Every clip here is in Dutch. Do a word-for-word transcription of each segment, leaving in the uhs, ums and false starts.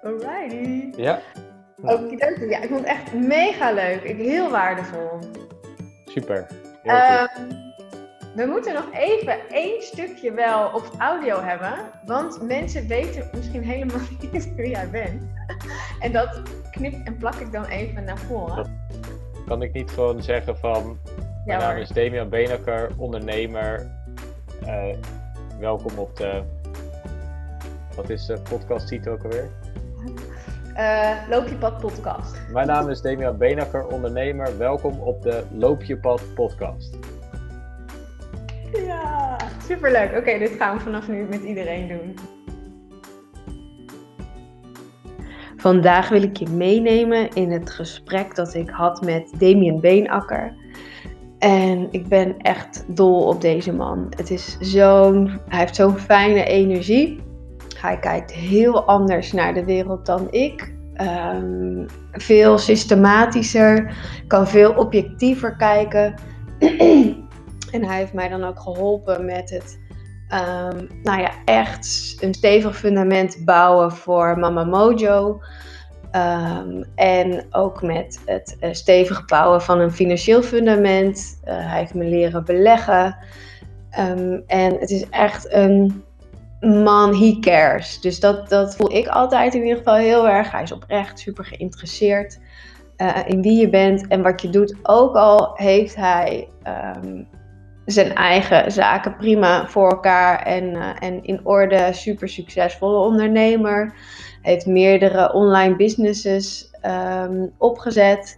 Alrighty. Ja. Nou. Okidoki. Ja, ik vond het echt mega leuk. Ik, heel waardevol. Super. Heel goed. Um, we moeten nog even één stukje wel op audio hebben. Want mensen weten misschien helemaal niet wie jij bent. En dat knip en plak ik dan even naar voren. Dat kan ik niet gewoon zeggen van... Mijn Ja, naam is Damian Beenakker, ondernemer. Uh, welkom op de... Wat is de podcasttitel ook alweer? Uh, Loop je pad podcast. Mijn naam is Damian Beenakker, ondernemer. Welkom op de Loop je pad podcast. Ja, superleuk. Oké, okay, dit gaan we vanaf nu met iedereen doen. Vandaag wil ik je meenemen in het gesprek dat ik had met Damian Beenakker. En ik ben echt dol op deze man. Het is zo'n, hij heeft zo'n fijne energie. Hij kijkt heel anders naar de wereld dan ik. Um, veel systematischer, kan veel objectiever kijken. En hij heeft mij dan ook geholpen met het, um, nou ja, echt een stevig fundament bouwen voor Mama Mojo. Um, en ook met het uh, stevig bouwen van een financieel fundament. Uh, hij heeft me leren beleggen. Um, en het is echt een man, he cares. Dus dat, dat voel ik altijd in ieder geval heel erg. Hij is oprecht super geïnteresseerd uh, in wie je bent en wat je doet. Ook al heeft hij um, zijn eigen zaken prima voor elkaar en, uh, en in orde. Super succesvolle ondernemer. Heeft meerdere online businesses um, opgezet.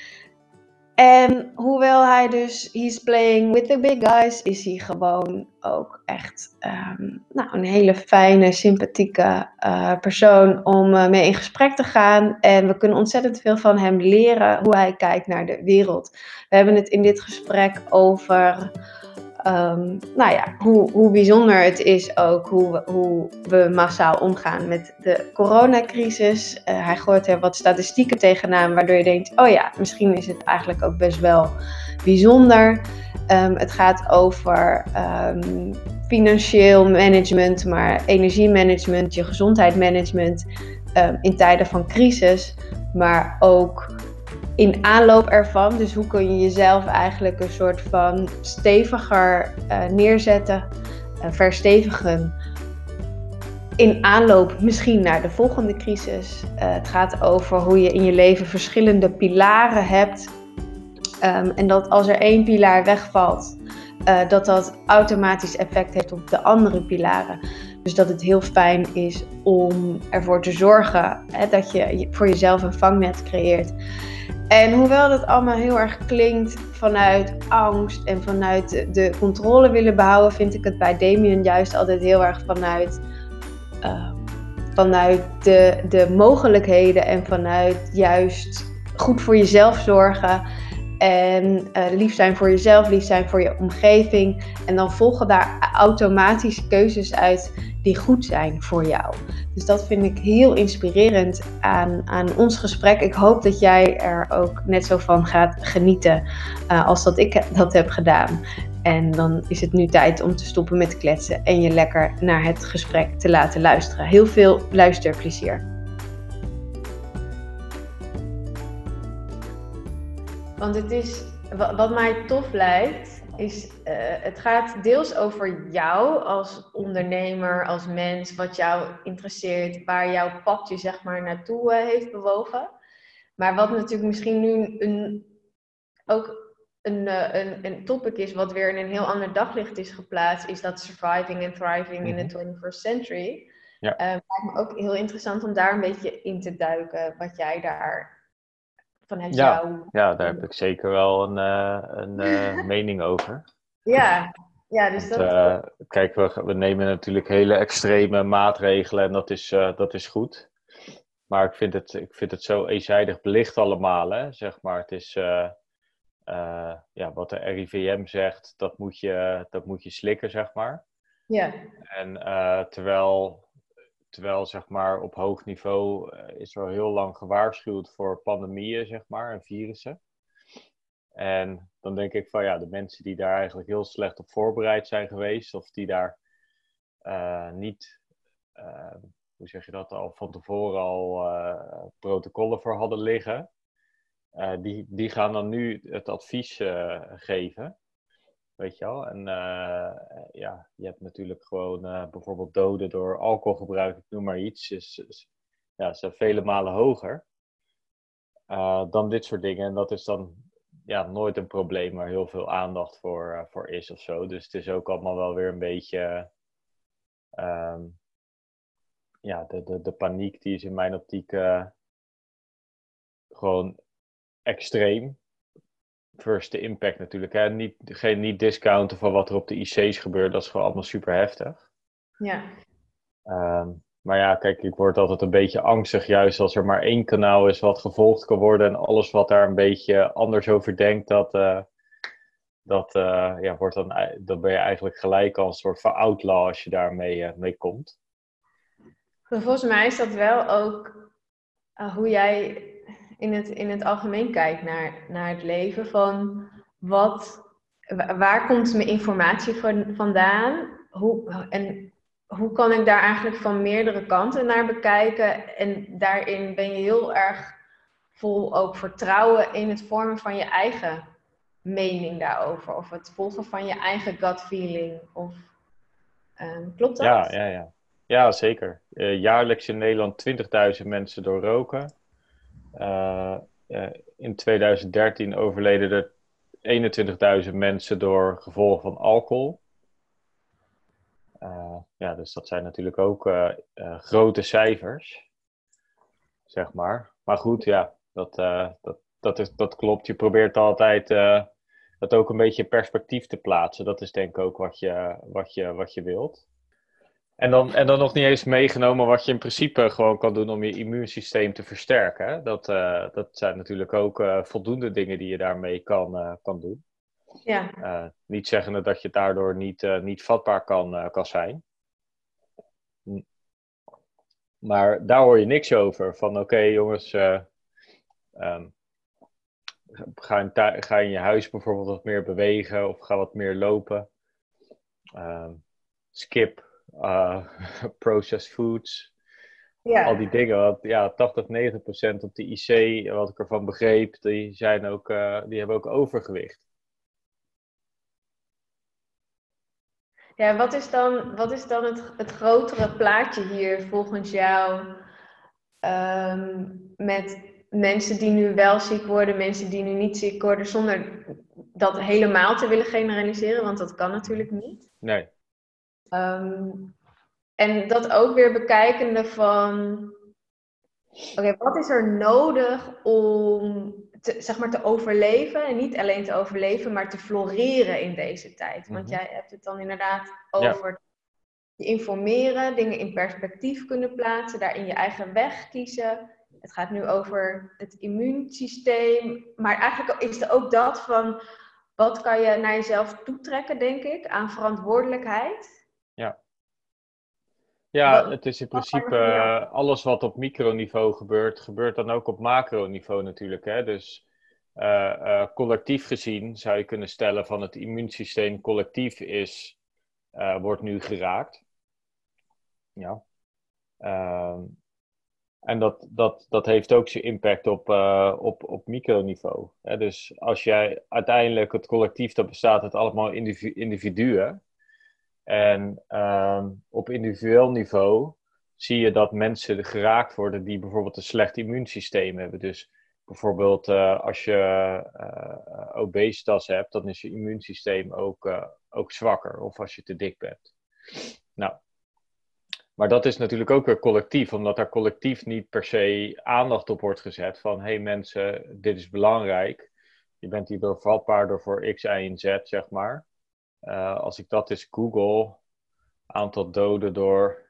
En hoewel hij dus, he's playing with the big guys, is hij gewoon ook echt um, nou, een hele fijne, sympathieke uh, persoon om uh, mee in gesprek te gaan. En we kunnen ontzettend veel van hem leren hoe hij kijkt naar de wereld. We hebben het in dit gesprek over... Um, nou ja, hoe, hoe bijzonder het is ook hoe we, hoe we massaal omgaan met de coronacrisis. Uh, hij gooit er wat statistieken tegenaan waardoor je denkt, oh ja, misschien is het eigenlijk ook best wel bijzonder. Um, het gaat over um, financieel management, maar energiemanagement, je gezondheidsmanagement um, in tijden van crisis, maar ook in aanloop ervan. Dus hoe kun je jezelf eigenlijk een soort van steviger uh, neerzetten, uh, verstevigen. In aanloop misschien naar de volgende crisis. Uh, het gaat over hoe je in je leven verschillende pilaren hebt. Um, en dat als er één pilaar wegvalt, uh, dat dat automatisch effect heeft op de andere pilaren. Dus dat het heel fijn is om ervoor te zorgen hè, dat je voor jezelf een vangnet creëert. En hoewel dat allemaal heel erg klinkt vanuit angst en vanuit de, de controle willen behouden, vind ik het bij Damian juist altijd heel erg vanuit, uh, vanuit de, de mogelijkheden en vanuit juist goed voor jezelf zorgen. En uh, lief zijn voor jezelf, lief zijn voor je omgeving. En dan volgen daar automatisch keuzes uit die goed zijn voor jou. Dus dat vind ik heel inspirerend aan, aan ons gesprek. Ik hoop dat jij er ook net zo van gaat genieten uh, als dat ik dat heb gedaan. En dan is het nu tijd om te stoppen met kletsen en je lekker naar het gesprek te laten luisteren. Heel veel luisterplezier. Want het is, wat mij tof lijkt, is uh, het gaat deels over jou als ondernemer, als mens, wat jou interesseert, waar jouw pad je zeg maar naartoe uh, heeft bewogen. Maar wat natuurlijk misschien nu een, ook een, uh, een, een topic is wat weer in een heel ander daglicht is geplaatst, is dat surviving and thriving mm-hmm. in the twenty-first century. Ja. Uh, lijkt me ook heel interessant om daar een beetje in te duiken, wat jij daar... Vanuit ja, jou. Ja, daar heb ik zeker wel een, uh, een uh, mening over. Ja, ja dus Want, dat... Uh, kijk, we, we nemen natuurlijk hele extreme maatregelen en dat is, uh, dat is goed. Maar ik vind het, ik vind het zo eenzijdig belicht allemaal, hè, zeg maar. Het is, uh, uh, ja, wat de R I V M zegt, dat moet je, dat moet je slikken, zeg maar. Ja. En uh, terwijl... Terwijl, zeg maar, op hoog niveau uh, is er al heel lang gewaarschuwd voor pandemieën, zeg maar, en virussen. En dan denk ik van, ja, de mensen die daar eigenlijk heel slecht op voorbereid zijn geweest, of die daar uh, niet, uh, hoe zeg je dat, al van tevoren al uh, protocollen voor hadden liggen. Uh, die, die gaan dan nu het advies uh, geven. Weet je wel? En uh, ja, je hebt natuurlijk gewoon uh, bijvoorbeeld doden door alcoholgebruik, ik noem maar iets, is, is, ja, zijn vele malen hoger uh, dan dit soort dingen. En dat is dan ja, nooit een probleem waar heel veel aandacht voor, uh, voor is of zo. Dus het is ook allemaal wel weer een beetje... Uh, ja, de, de, de paniek die is in mijn optiek uh, gewoon extreem. Versus de impact natuurlijk. Hè? Niet, geen, niet discounten van wat er op de I C's gebeurt. Dat is gewoon allemaal super heftig. Ja. Um, maar ja, kijk, ik word altijd een beetje angstig. Juist als er maar één kanaal is wat gevolgd kan worden. En alles wat daar een beetje anders over denkt. Dat, uh, dat uh, ja, wordt dan, dan ben je eigenlijk gelijk al een soort van outlaw als je daarmee uh, mee komt. Volgens mij is dat wel ook uh, hoe jij in het, in het algemeen kijkt naar, naar het leven. Van wat, waar komt mijn informatie van, vandaan? Hoe, en hoe kan ik daar eigenlijk van meerdere kanten naar bekijken? En daarin ben je heel erg vol ook vertrouwen in het vormen van je eigen mening daarover. Of het volgen van je eigen gut feeling. Of, um, klopt dat? Ja, ja, ja. Ja, zeker. Uh, jaarlijks in Nederland twintigduizend mensen door roken. Uh, uh, in tweeduizend dertien overleden er eenentwintigduizend mensen door gevolgen van alcohol. Uh, ja, dus dat zijn natuurlijk ook uh, uh, grote cijfers, zeg maar. Maar goed, ja, dat, uh, dat, dat, is, dat klopt. Je probeert altijd uh, dat ook een beetje in perspectief te plaatsen. Dat is denk ik ook wat je, wat je, wat je wilt. En dan, en dan nog niet eens meegenomen wat je in principe gewoon kan doen om je immuunsysteem te versterken. Hè? Dat, uh, dat zijn natuurlijk ook uh, voldoende dingen die je daarmee kan, uh, kan doen. Ja. Uh, niet zeggende dat je daardoor niet, uh, niet vatbaar kan, uh, kan zijn. Maar daar hoor je niks over. Van oké okay, jongens, uh, um, ga, in thu- ga in je huis bijvoorbeeld wat meer bewegen of ga wat meer lopen. Um, skip uh, processed foods. Ja. Al die dingen, want ja, tachtig, negentig procent op de I C, wat ik ervan begreep, die, zijn ook, uh, die hebben ook overgewicht. Ja, wat is dan, wat is dan het, het grotere plaatje hier volgens jou um, met mensen die nu wel ziek worden, mensen die nu niet ziek worden, zonder dat helemaal te willen generaliseren, want dat kan natuurlijk niet. Nee. Um, en dat ook weer bekijkende van, oké, okay, wat is er nodig om te, zeg maar te overleven, en niet alleen te overleven, maar te floreren in deze tijd. Want mm-hmm. jij hebt het dan inderdaad over ja. je informeren, dingen in perspectief kunnen plaatsen, daarin je eigen weg kiezen. Het gaat nu over het immuunsysteem, maar eigenlijk is er ook dat van, wat kan je naar jezelf toetrekken, denk ik, aan verantwoordelijkheid. Ja. Ja, het is in principe uh, alles wat op microniveau gebeurt, gebeurt dan ook op macroniveau natuurlijk. Hè? Dus uh, uh, collectief gezien zou je kunnen stellen van het immuunsysteem collectief is, uh, wordt nu geraakt. Ja. Uh, en dat, dat, dat heeft ook zijn impact op, uh, op, op microniveau. Hè? Dus als jij uiteindelijk het collectief, dat bestaat uit allemaal individu- individuen. En uh, op individueel niveau zie je dat mensen geraakt worden die bijvoorbeeld een slecht immuunsysteem hebben. Dus bijvoorbeeld uh, als je uh, obesitas hebt, dan is je immuunsysteem ook, uh, ook zwakker. Of als je te dik bent. Nou, maar dat is natuurlijk ook weer collectief, omdat daar collectief niet per se aandacht op wordt gezet. Van, hé hey mensen, dit is belangrijk. Je bent hierdoor vatbaar door voor X, Y en Z, zeg maar. Uh, als ik dat eens google, aantal doden door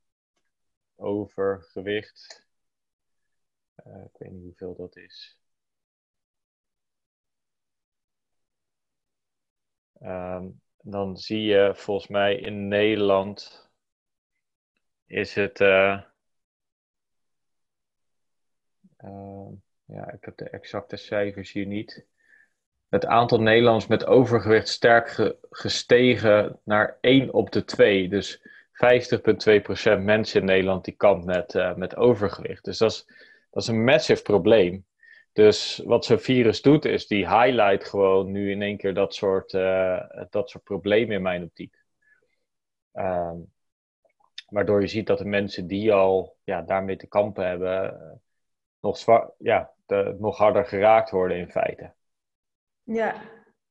overgewicht. Uh, ik weet niet hoeveel dat is. Um, dan zie je volgens mij in Nederland is het... Uh, uh, ja, ik heb de exacte cijfers hier niet. Het aantal Nederlanders met overgewicht sterk ge- gestegen naar één op de twee. Dus vijftig komma twee procent mensen in Nederland die kampt met, uh, met overgewicht. Dus dat is, dat is een massive probleem. Dus wat zo'n virus doet, is die highlight gewoon nu in één keer dat soort, uh, dat soort problemen in mijn optiek. Um, waardoor je ziet dat de mensen die al ja, daarmee te kampen hebben, uh, nog, zwaar, ja, de, nog harder geraakt worden in feite. Ja.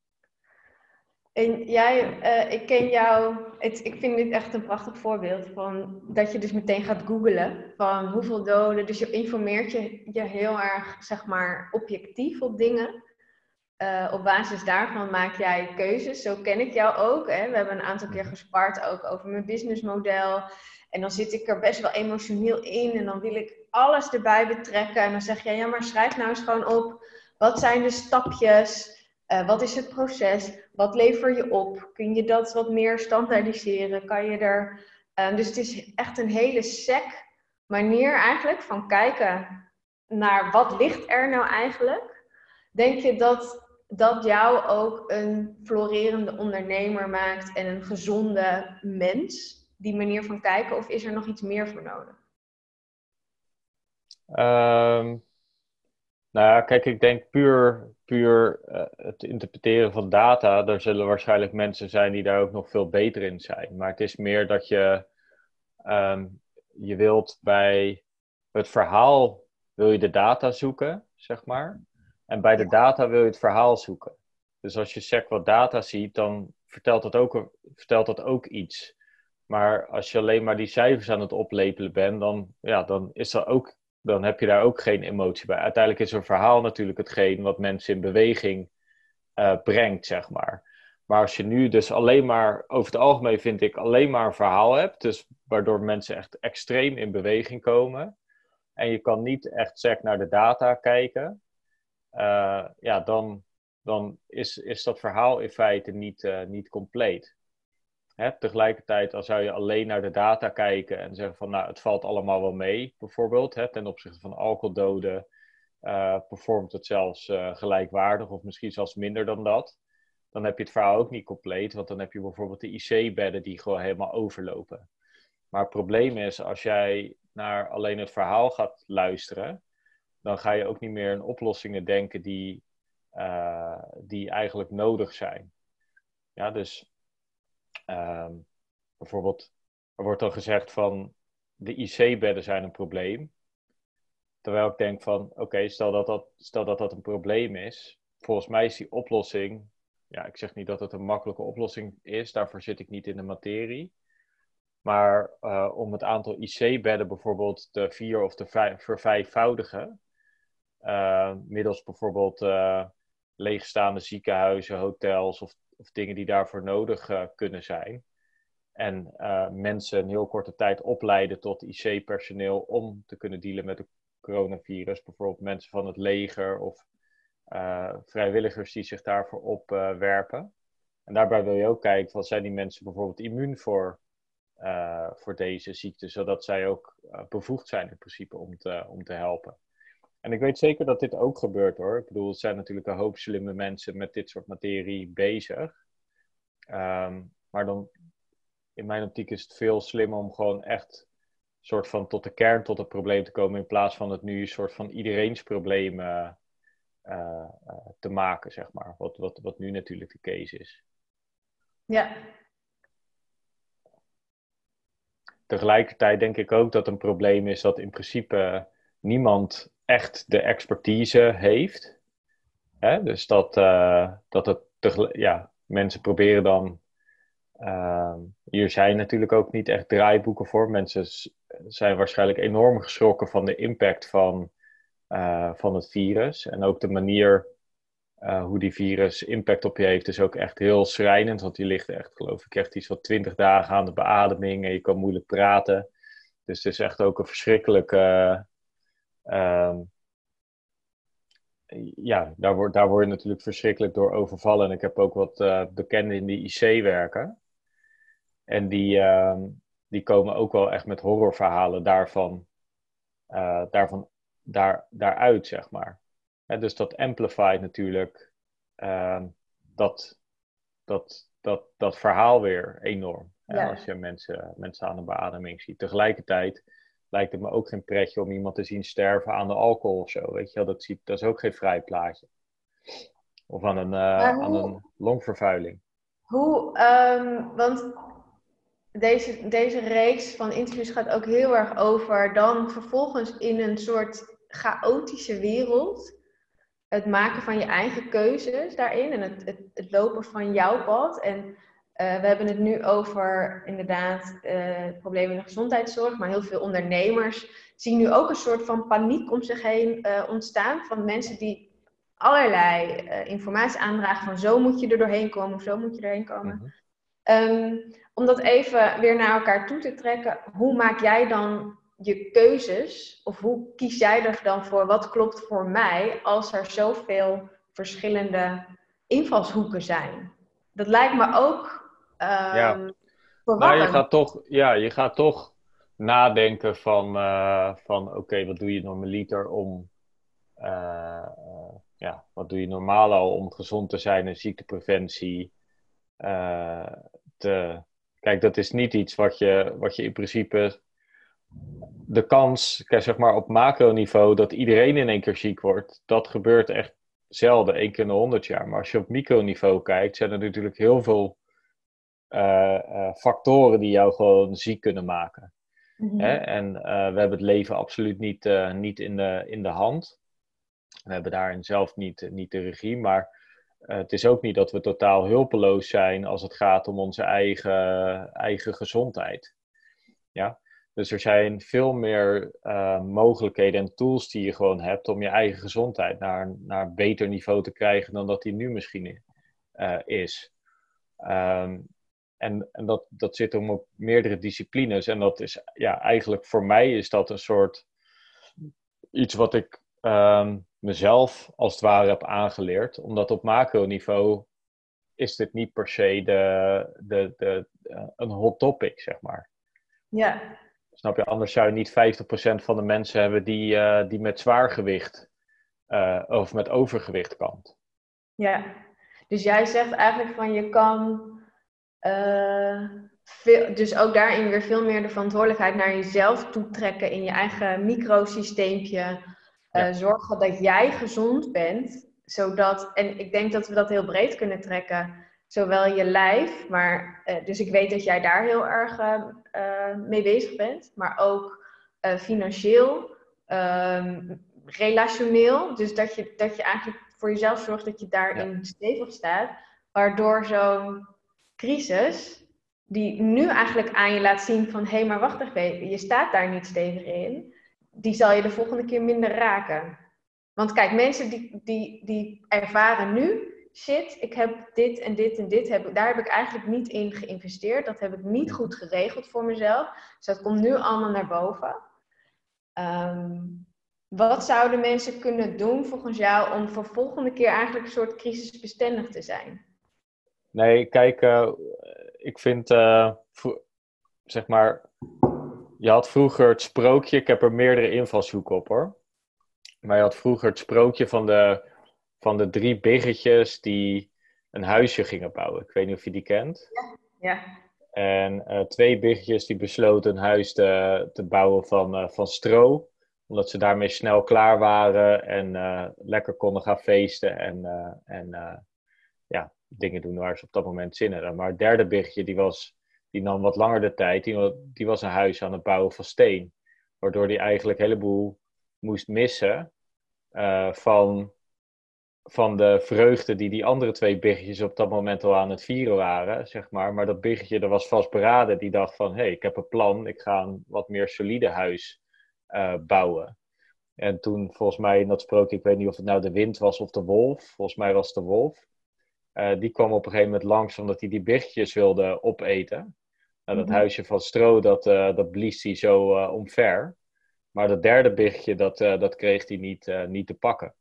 En jij, uh, ik ken jou, het, ik vind dit echt een prachtig voorbeeld van dat je dus meteen gaat googlen van hoeveel doden. Dus je informeert je, je heel erg, zeg maar, objectief op dingen. Uh, op basis daarvan maak jij keuzes. Zo ken ik jou ook. Hè? We hebben een aantal keer gespart ook over mijn businessmodel. En dan zit ik er best wel emotioneel in en dan wil ik alles erbij betrekken. En dan zeg jij, ja, maar schrijf nou eens gewoon op. Wat zijn de stapjes? Uh, wat is het proces? Wat lever je op? Kun je dat wat meer standaardiseren? Kan je er... Uh, dus het is echt een hele sec manier eigenlijk van kijken naar wat ligt er nou eigenlijk. Denk je dat dat jou ook een florerende ondernemer maakt en een gezonde mens? Die manier van kijken, of is er nog iets meer voor nodig? Um, nou ja, kijk, ik denk puur, puur uh, het interpreteren van data, er zullen waarschijnlijk mensen zijn die daar ook nog veel beter in zijn. Maar het is meer dat je, um, je wilt bij het verhaal, wil je de data zoeken, zeg maar. En bij de data wil je het verhaal zoeken. Dus als je sec wat data ziet, dan vertelt dat ook, vertelt dat ook iets. Maar als je alleen maar die cijfers aan het oplepelen bent, dan, ja, dan, is dat ook, dan heb je daar ook geen emotie bij. Uiteindelijk is een verhaal natuurlijk hetgeen wat mensen in beweging uh, brengt, zeg maar. Maar als je nu dus alleen maar, over het algemeen vind ik, alleen maar een verhaal hebt, dus waardoor mensen echt extreem in beweging komen, en je kan niet echt sec naar de data kijken, uh, ja, dan, dan is, is dat verhaal in feite niet, uh, niet compleet. Hè, tegelijkertijd als zou je alleen naar de data kijken en zeggen van nou het valt allemaal wel mee, bijvoorbeeld hè, ten opzichte van alcoholdoden uh, performt het zelfs uh, gelijkwaardig of misschien zelfs minder dan dat. Dan heb je het verhaal ook niet compleet, want dan heb je bijvoorbeeld de I C-bedden die gewoon helemaal overlopen. Maar het probleem is als jij naar alleen het verhaal gaat luisteren, dan ga je ook niet meer in oplossingen denken die, uh, die eigenlijk nodig zijn. Ja, dus Um, bijvoorbeeld, er wordt dan gezegd van de I C-bedden zijn een probleem. Terwijl ik denk van, oké, okay, stel, dat dat, stel dat dat een probleem is. Volgens mij is die oplossing, ja, ik zeg niet dat het een makkelijke oplossing is, daarvoor zit ik niet in de materie. Maar uh, om het aantal I C-bedden bijvoorbeeld te vier of te vijf, vervijfvoudigen, uh, middels bijvoorbeeld uh, leegstaande ziekenhuizen, hotels of, of dingen die daarvoor nodig uh, kunnen zijn. En uh, mensen een heel korte tijd opleiden tot I C-personeel om te kunnen dealen met het coronavirus. Bijvoorbeeld mensen van het leger of uh, vrijwilligers die zich daarvoor opwerpen. Uh, en daarbij wil je ook kijken, van, zijn die mensen bijvoorbeeld immuun voor, uh, voor deze ziekte, zodat zij ook uh, bevoegd zijn in principe om te, om te helpen. En ik weet zeker dat dit ook gebeurt hoor. Ik bedoel, er zijn natuurlijk een hoop slimme mensen met dit soort materie bezig. Um, maar dan, in mijn optiek is het veel slimmer om gewoon echt soort van tot de kern, tot het probleem te komen, in plaats van het nu een soort van iedereens probleem uh, uh, uh, te maken, zeg maar. Wat, wat, wat nu natuurlijk de case is. Ja. Tegelijkertijd denk ik ook dat een probleem is dat in principe niemand echt de expertise heeft. Hè? Dus dat, uh, dat het tegel- ja, mensen proberen dan. Uh, hier zijn natuurlijk ook niet echt draaiboeken voor. Mensen s- zijn waarschijnlijk enorm geschrokken van de impact van, uh, van het virus. En ook de manier uh, hoe die virus impact op je heeft is ook echt heel schrijnend. Want je ligt echt, geloof ik, echt iets van twintig dagen aan de beademing en je kan moeilijk praten. Dus het is echt ook een verschrikkelijke... Uh, ja, daar word, daar word je natuurlijk verschrikkelijk door overvallen. En ik heb ook wat uh, bekenden in die I C werken. En die, uh, die komen ook wel echt met horrorverhalen daarvan, uh, daarvan daar, daaruit, zeg maar. Hè, dus dat amplified natuurlijk uh, dat, dat, dat, dat verhaal weer enorm. Hè, als Ja. je mensen, mensen aan de beademing ziet. Tegelijkertijd lijkt het me ook geen pretje om iemand te zien sterven aan de alcohol of zo. Weet je wel, dat, ziet, dat is ook geen vrij plaatje. Of aan een, Maar uh, aan hoe, een longvervuiling. hoe um, want deze, deze reeks van interviews gaat ook heel erg over dan vervolgens in een soort chaotische wereld het maken van je eigen keuzes daarin en het, het, het lopen van jouw pad. En uh, we hebben het nu over inderdaad uh, problemen in de gezondheidszorg, maar heel veel ondernemers zien nu ook een soort van paniek om zich heen uh, ontstaan van mensen die allerlei uh, informatie aandragen van zo moet je er doorheen komen of zo moet je erheen komen. Mm-hmm. Um, om dat even weer naar elkaar toe te trekken, hoe maak jij dan je keuzes? Of hoe kies jij er dan voor wat klopt voor mij als er zoveel verschillende invalshoeken zijn? Dat lijkt me ook Ja, um, nou je verwarrend. gaat toch, ja, je gaat toch nadenken van, uh, van oké, okay, wat doe je normaliter om, uh, uh, ja, wat doe je normaal al om gezond te zijn en ziektepreventie uh, te... Kijk, dat is niet iets wat je, wat je in principe de kans, kijk, zeg maar op macroniveau, dat iedereen in één keer ziek wordt, dat gebeurt echt zelden, één keer in de honderd jaar. Maar als je op microniveau kijkt, zijn er natuurlijk heel veel uh, uh, factoren die jou gewoon ziek kunnen maken. Mm-hmm. Hè? En uh, we hebben het leven absoluut niet, uh, niet in, de, in de hand. We hebben daarin zelf niet, niet de regie, maar uh, het is ook niet dat we totaal hulpeloos zijn als het gaat om onze eigen, eigen gezondheid. Ja? Dus er zijn veel meer uh, mogelijkheden en tools die je gewoon hebt om je eigen gezondheid naar, naar een beter niveau te krijgen dan dat die nu misschien uh, is. Um, en en dat, dat zit om op meerdere disciplines. En dat is, ja, eigenlijk voor mij is dat een soort iets wat ik um, mezelf als het ware heb aangeleerd. Omdat op macroniveau is dit niet per se de, de, de, uh, een hot topic, zeg maar. Ja. Snap je? Anders zou je niet vijftig procent van de mensen hebben die, uh, die met zwaargewicht uh, of met overgewicht kampt. Ja. Dus jij zegt eigenlijk van je kan uh, veel, dus ook daarin weer veel meer de verantwoordelijkheid naar jezelf toetrekken in je eigen microsysteempje. Uh, ja. Zorgen dat jij gezond bent, zodat, en ik denk dat we dat heel breed kunnen trekken, zowel je lijf, maar, uh, dus ik weet dat jij daar heel erg uh, uh, mee bezig bent, maar ook uh, financieel, uh, relationeel, dus dat je, dat je eigenlijk voor jezelf zorgt dat je daarin ja. stevig staat, waardoor zo'n crisis, die nu eigenlijk aan je laat zien van, hé, hey, maar wacht even, je staat daar niet stevig in, die zal je de volgende keer minder raken. Want kijk, mensen die, die, die ervaren nu, shit, ik heb dit en dit en dit, heb, daar heb ik eigenlijk niet in geïnvesteerd, dat heb ik niet goed geregeld voor mezelf, dus dat komt nu allemaal naar boven. Um, wat zouden mensen kunnen doen volgens jou om voor volgende keer eigenlijk een soort crisisbestendig te zijn? Nee, kijk, uh, ik vind, uh, vro- zeg maar, je had vroeger het sprookje, ik heb er meerdere invalshoeken op hoor. Maar je had vroeger het sprookje van de, van de drie biggetjes die een huisje gingen bouwen. Ik weet niet of je die kent. Ja. Ja. En uh, twee biggetjes die besloten een huis te, te bouwen van, uh, van stro. Omdat ze daarmee snel klaar waren en uh, lekker konden gaan feesten en, uh, en uh, ja, dingen doen waar ze op dat moment zin in hadden. Maar het derde biggetje die, was, die nam wat langer de tijd. Die, die was een huis aan het bouwen van steen. Waardoor die eigenlijk een heleboel moest missen uh, van, van de vreugde die die andere twee biggetjes op dat moment al aan het vieren waren, zeg maar. Maar dat biggetje, dat was vastberaden, die dacht van, hé, hey, ik heb een plan, ik ga een wat meer solide huis uh, bouwen. En toen, volgens mij in dat sprookje, ik weet niet of het nou de wind was of de wolf, volgens mij was het de wolf, uh, die kwam op een gegeven moment langs omdat hij die biggetjes wilde opeten. Nou, dat mm-hmm. huisje van stro, dat, uh, dat blies hij zo uh, omver. Maar dat derde biggetje, dat, uh, dat kreeg hij niet, uh, niet te pakken.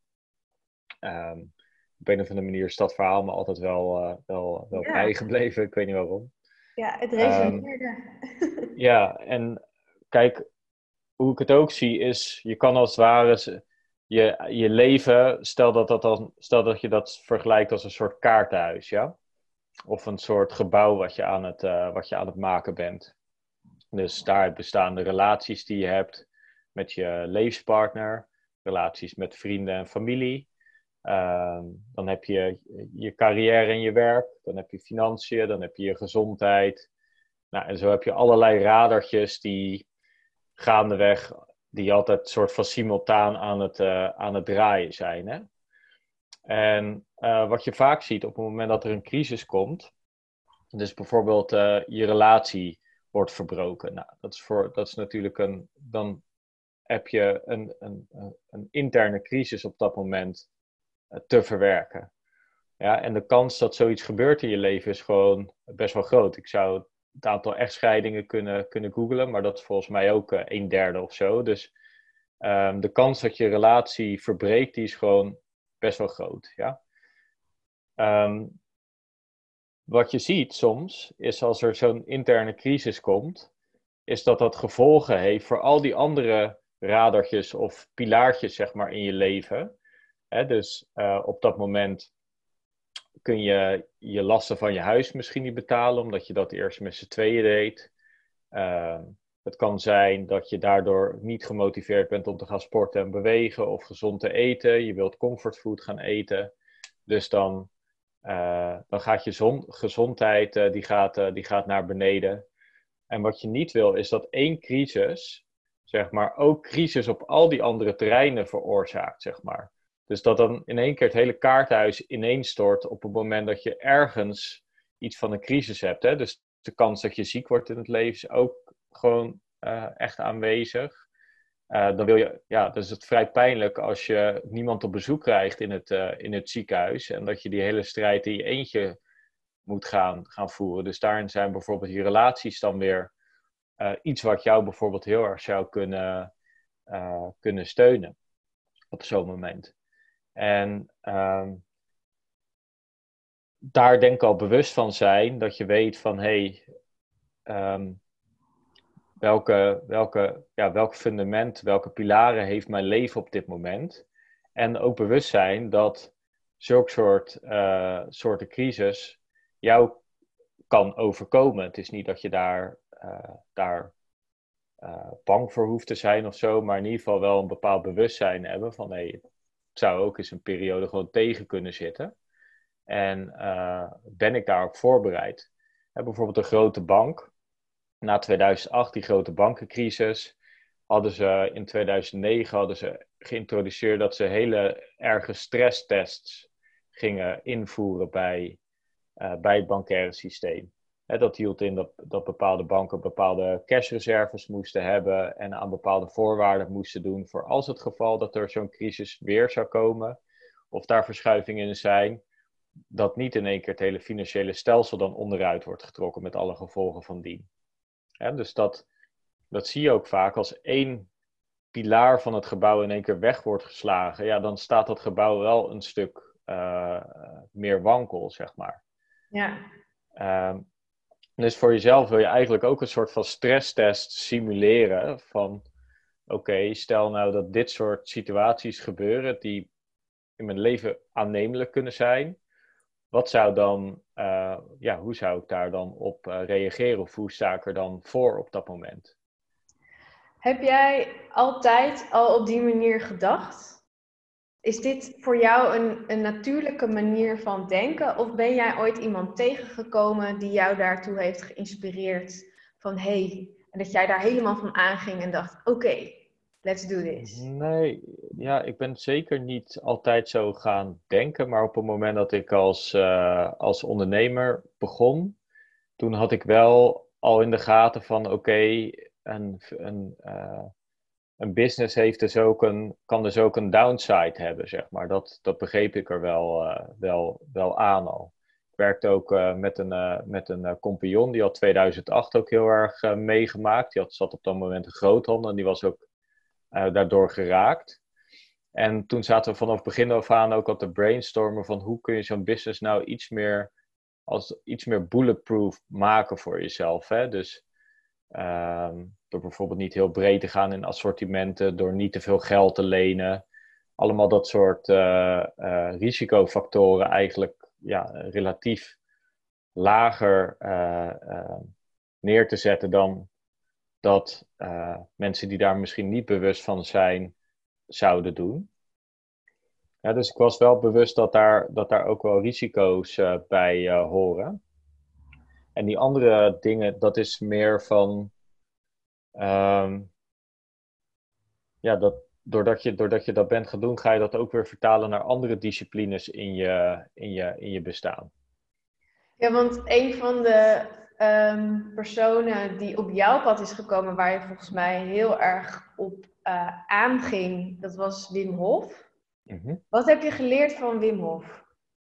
Um, op een of andere manier is dat verhaal me altijd wel, uh, wel, wel ja. bijgebleven. Ik weet niet waarom. Ja, het resoneerde. Um, ja, en kijk, hoe ik het ook zie is, je kan als het ware je, je leven, stel dat, dat, als, stel dat je dat vergelijkt als een soort kaartenhuis, ja? of een soort gebouw wat je aan het, uh, wat je aan het maken bent. Dus daaruit bestaan de relaties die je hebt met je levenspartner, relaties met vrienden en familie. Uh, dan heb je je carrière en je werk, dan heb je financiën, dan heb je je gezondheid. Nou, en zo heb je allerlei radertjes die gaandeweg, die altijd soort van simultaan aan het, uh, aan het draaien zijn. Hè? En uh, wat je vaak ziet op het moment dat er een crisis komt, dus bijvoorbeeld uh, je relatie wordt verbroken. Nou, dat is, voor, dat is natuurlijk een, dan heb je een, een, een interne crisis op dat moment uh, te verwerken. Ja, en de kans dat zoiets gebeurt in je leven is gewoon best wel groot. Ik zou het aantal echtscheidingen kunnen, kunnen googlen, maar dat is volgens mij ook uh, een derde of zo. Dus um, de kans dat je relatie verbreekt, die is gewoon best wel groot. Ja? Um, wat je ziet soms, is als er zo'n interne crisis komt, is dat dat gevolgen heeft voor al die andere radertjes of pilaartjes, zeg maar, in je leven. Hè, dus uh, op dat moment kun je je lasten van je huis misschien niet betalen, omdat je dat eerst met z'n tweeën deed. Uh, het kan zijn dat je daardoor niet gemotiveerd bent om te gaan sporten en bewegen of gezond te eten. Je wilt comfortfood gaan eten. Dus dan, uh, dan gaat je zon, gezondheid uh, die gaat, uh, die gaat naar beneden. En wat je niet wil is dat één crisis, zeg maar, ook crisis op al die andere terreinen veroorzaakt, zeg maar. Dus dat dan in één keer het hele kaartenhuis ineenstort op het moment dat je ergens iets van een crisis hebt. Hè? Dus de kans dat je ziek wordt in het leven is ook gewoon uh, echt aanwezig. Uh, dan wil je, ja, dan is het vrij pijnlijk als je niemand op bezoek krijgt in het, uh, in het ziekenhuis. En dat je die hele strijd in je eentje moet gaan, gaan voeren. Dus daarin zijn bijvoorbeeld die relaties dan weer uh, iets wat jou bijvoorbeeld heel erg zou kunnen, uh, kunnen steunen op zo'n moment. En um, daar denk ik al bewust van zijn, dat je weet van, hé, hey, um, welke, welke, ja, welk fundament, welke pilaren heeft mijn leven op dit moment? En ook bewust zijn dat zulke soort, uh, soorten crisis jou kan overkomen. Het is niet dat je daar, uh, daar uh, bang voor hoeft te zijn of zo, maar in ieder geval wel een bepaald bewustzijn hebben van, hé, hey, zou ook eens een periode gewoon tegen kunnen zitten. En uh, ben ik daarop voorbereid? He, bijvoorbeeld een grote bank. Na tweeduizend acht, die grote bankencrisis, hadden ze in tweeduizend negen hadden ze geïntroduceerd dat ze hele erge stresstests gingen invoeren bij, uh, bij het bankaire systeem. He, dat hield in dat, dat bepaalde banken bepaalde cashreserves moesten hebben en aan bepaalde voorwaarden moesten doen voor als het geval dat er zo'n crisis weer zou komen of daar verschuivingen in zijn, dat niet in één keer het hele financiële stelsel dan onderuit wordt getrokken met alle gevolgen van dien. Ja, dus dat, dat zie je ook vaak als één pilaar van het gebouw in één keer weg wordt geslagen. Ja, dan staat dat gebouw wel een stuk uh, meer wankel, zeg maar. Ja. Um, dus voor jezelf wil je eigenlijk ook een soort van stresstest simuleren van, oké, okay, stel nou dat dit soort situaties gebeuren die in mijn leven aannemelijk kunnen zijn. Wat zou dan, uh, ja, hoe zou ik daar dan op uh, reageren of hoe sta ik er dan voor op dat moment? Heb jij altijd al op die manier gedacht? Is dit voor jou een, een natuurlijke manier van denken? Of ben jij ooit iemand tegengekomen die jou daartoe heeft geïnspireerd? Van hé, hey, en dat jij daar helemaal van aanging en dacht, oké, okay, let's do this. Nee, ja, ik ben zeker niet altijd zo gaan denken. Maar op het moment dat ik als, uh, als ondernemer begon, toen had ik wel al in de gaten van oké, okay, een, een, uh, een business heeft dus ook een, kan dus ook een downside hebben, zeg maar. Dat, dat begreep ik er wel, uh, wel, wel aan al. Ik werkte ook uh, met een, uh, met een uh, compagnon, die had tweeduizend acht ook heel erg uh, meegemaakt. Die had, zat op dat moment een groothandel en die was ook uh, daardoor geraakt. En toen zaten we vanaf begin af aan ook al te brainstormen van hoe kun je zo'n business nou iets meer, als, iets meer bulletproof maken voor jezelf. Hè? Dus Um, door bijvoorbeeld niet heel breed te gaan in assortimenten, door niet te veel geld te lenen. Allemaal dat soort uh, uh, risicofactoren eigenlijk ja, relatief lager uh, uh, neer te zetten dan dat uh, mensen die daar misschien niet bewust van zijn, zouden doen. Ja, dus ik was wel bewust dat daar, dat daar ook wel risico's uh, bij uh, horen. En die andere dingen, dat is meer van... Um, ja, dat, doordat, je, doordat je dat bent gaan doen, ga je dat ook weer vertalen naar andere disciplines in je, in je, in je bestaan. Ja, want een van de um, personen die op jouw pad is gekomen, waar je volgens mij heel erg op uh, aanging, dat was Wim Hof. Mm-hmm. Wat heb je geleerd van Wim Hof?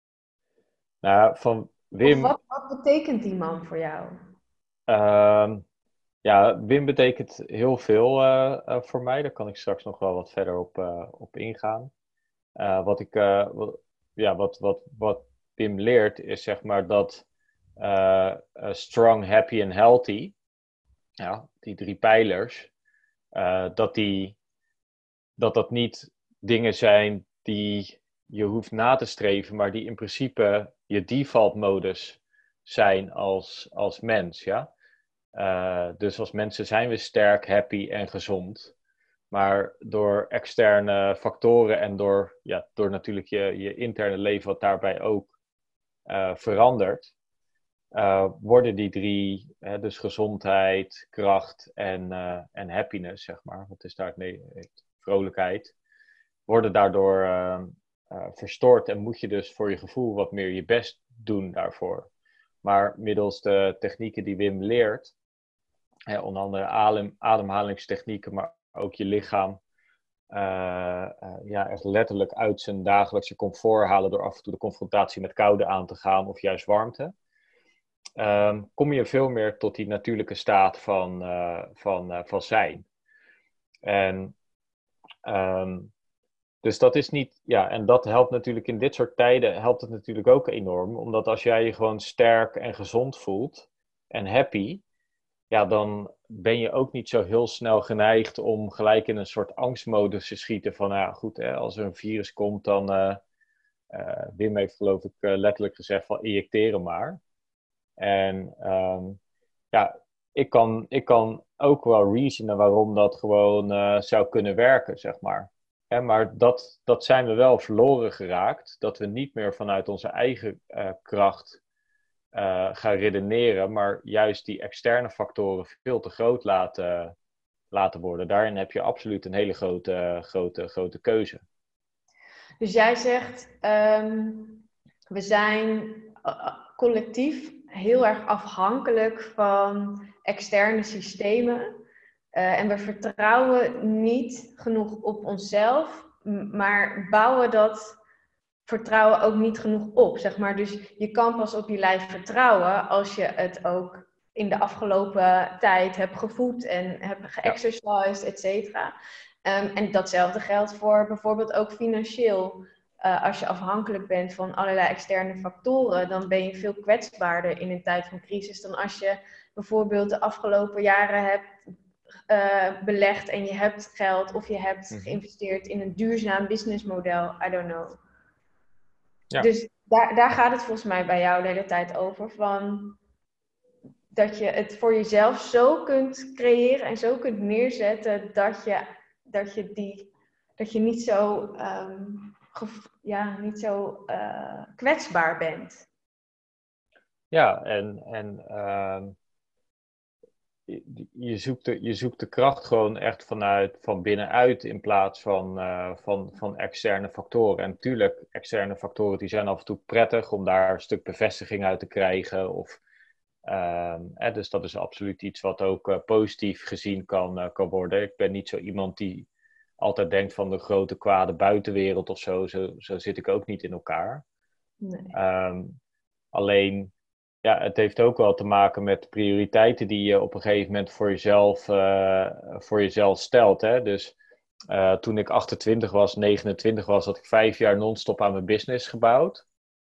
Nou, van Wim... Of wat, wat betekent die man voor jou? Uh, ja, Wim betekent heel veel uh, uh, voor mij. Daar kan ik straks nog wel wat verder op, uh, op ingaan. Uh, wat, ik, uh, wat, ja, wat, wat, wat Wim leert is zeg maar dat uh, uh, strong, happy en healthy, ja, die drie pijlers, uh, dat, die, dat dat niet dingen zijn die je hoeft na te streven, maar die in principe je default modus zijn als, als mens, ja. Uh, dus als mensen zijn we sterk, happy en gezond. Maar door externe factoren en door, ja, door natuurlijk je, je interne leven wat daarbij ook uh, verandert, uh, worden die drie, hè, dus gezondheid, kracht en, uh, en happiness, zeg maar, wat is daar nee, vrolijkheid, worden daardoor uh, uh, verstoord en moet je dus voor je gevoel wat meer je best doen daarvoor. Maar middels de technieken die Wim leert, hè, onder andere adem, ademhalingstechnieken, maar ook je lichaam uh, uh, ja, echt letterlijk uit zijn dagelijkse comfort halen door af en toe de confrontatie met koude aan te gaan of juist warmte. Um, kom je veel meer tot die natuurlijke staat van, uh, van, uh, van zijn. En um, dus dat is niet, ja, en dat helpt natuurlijk in dit soort tijden, helpt het natuurlijk ook enorm, omdat als jij je gewoon sterk en gezond voelt en happy, ja, dan ben je ook niet zo heel snel geneigd om gelijk in een soort angstmodus te schieten van, ja goed, hè, als er een virus komt, dan, uh, uh, Wim heeft geloof ik uh, letterlijk gezegd van injecteren maar. En um, ja, ik kan, ik kan ook wel reasonen waarom dat gewoon uh, zou kunnen werken, zeg maar. Hè, maar dat, dat zijn we wel verloren geraakt, dat we niet meer vanuit onze eigen uh, kracht Uh, gaan redeneren, maar juist die externe factoren veel te groot laten, laten worden. Daarin heb je absoluut een hele grote, grote, grote keuze. Dus jij zegt, um, we zijn uh, collectief heel erg afhankelijk van externe systemen. Uh, en we vertrouwen niet genoeg op onszelf, maar bouwen dat vertrouwen ook niet genoeg op, zeg maar. Dus je kan pas op je lijf vertrouwen als je het ook in de afgelopen tijd hebt gevoed en hebt geëxercised, et cetera. Um, en datzelfde geldt voor bijvoorbeeld ook financieel. Uh, als je afhankelijk bent van allerlei externe factoren, dan ben je veel kwetsbaarder in een tijd van crisis dan als je bijvoorbeeld de afgelopen jaren hebt uh, belegd en je hebt geld of je hebt mm-hmm. geïnvesteerd in een duurzaam businessmodel, I don't know. Ja. Dus daar, daar gaat het volgens mij bij jou de hele tijd over. Van dat je het voor jezelf zo kunt creëren en zo kunt neerzetten dat je, dat je, die, dat je niet zo, um, gev- ja, niet zo uh, kwetsbaar bent. Ja, en, en uh, je, je, zoekt de, je zoekt de kracht gewoon echt vanuit, van binnenuit in plaats van, uh, van, van externe factoren. En natuurlijk, externe factoren die zijn af en toe prettig om daar een stuk bevestiging uit te krijgen. Of, uh, eh, dus dat is absoluut iets wat ook uh, positief gezien kan, uh, kan worden. Ik ben niet zo iemand die altijd denkt van de grote kwade buitenwereld of zo. Zo, zo zit ik ook niet in elkaar. Nee. Um, alleen... Ja, het heeft ook wel te maken met prioriteiten die je op een gegeven moment voor jezelf, uh, voor jezelf stelt. Hè? Dus uh, toen ik achtentwintig was, negenentwintig was, had ik vijf jaar non-stop aan mijn business gebouwd.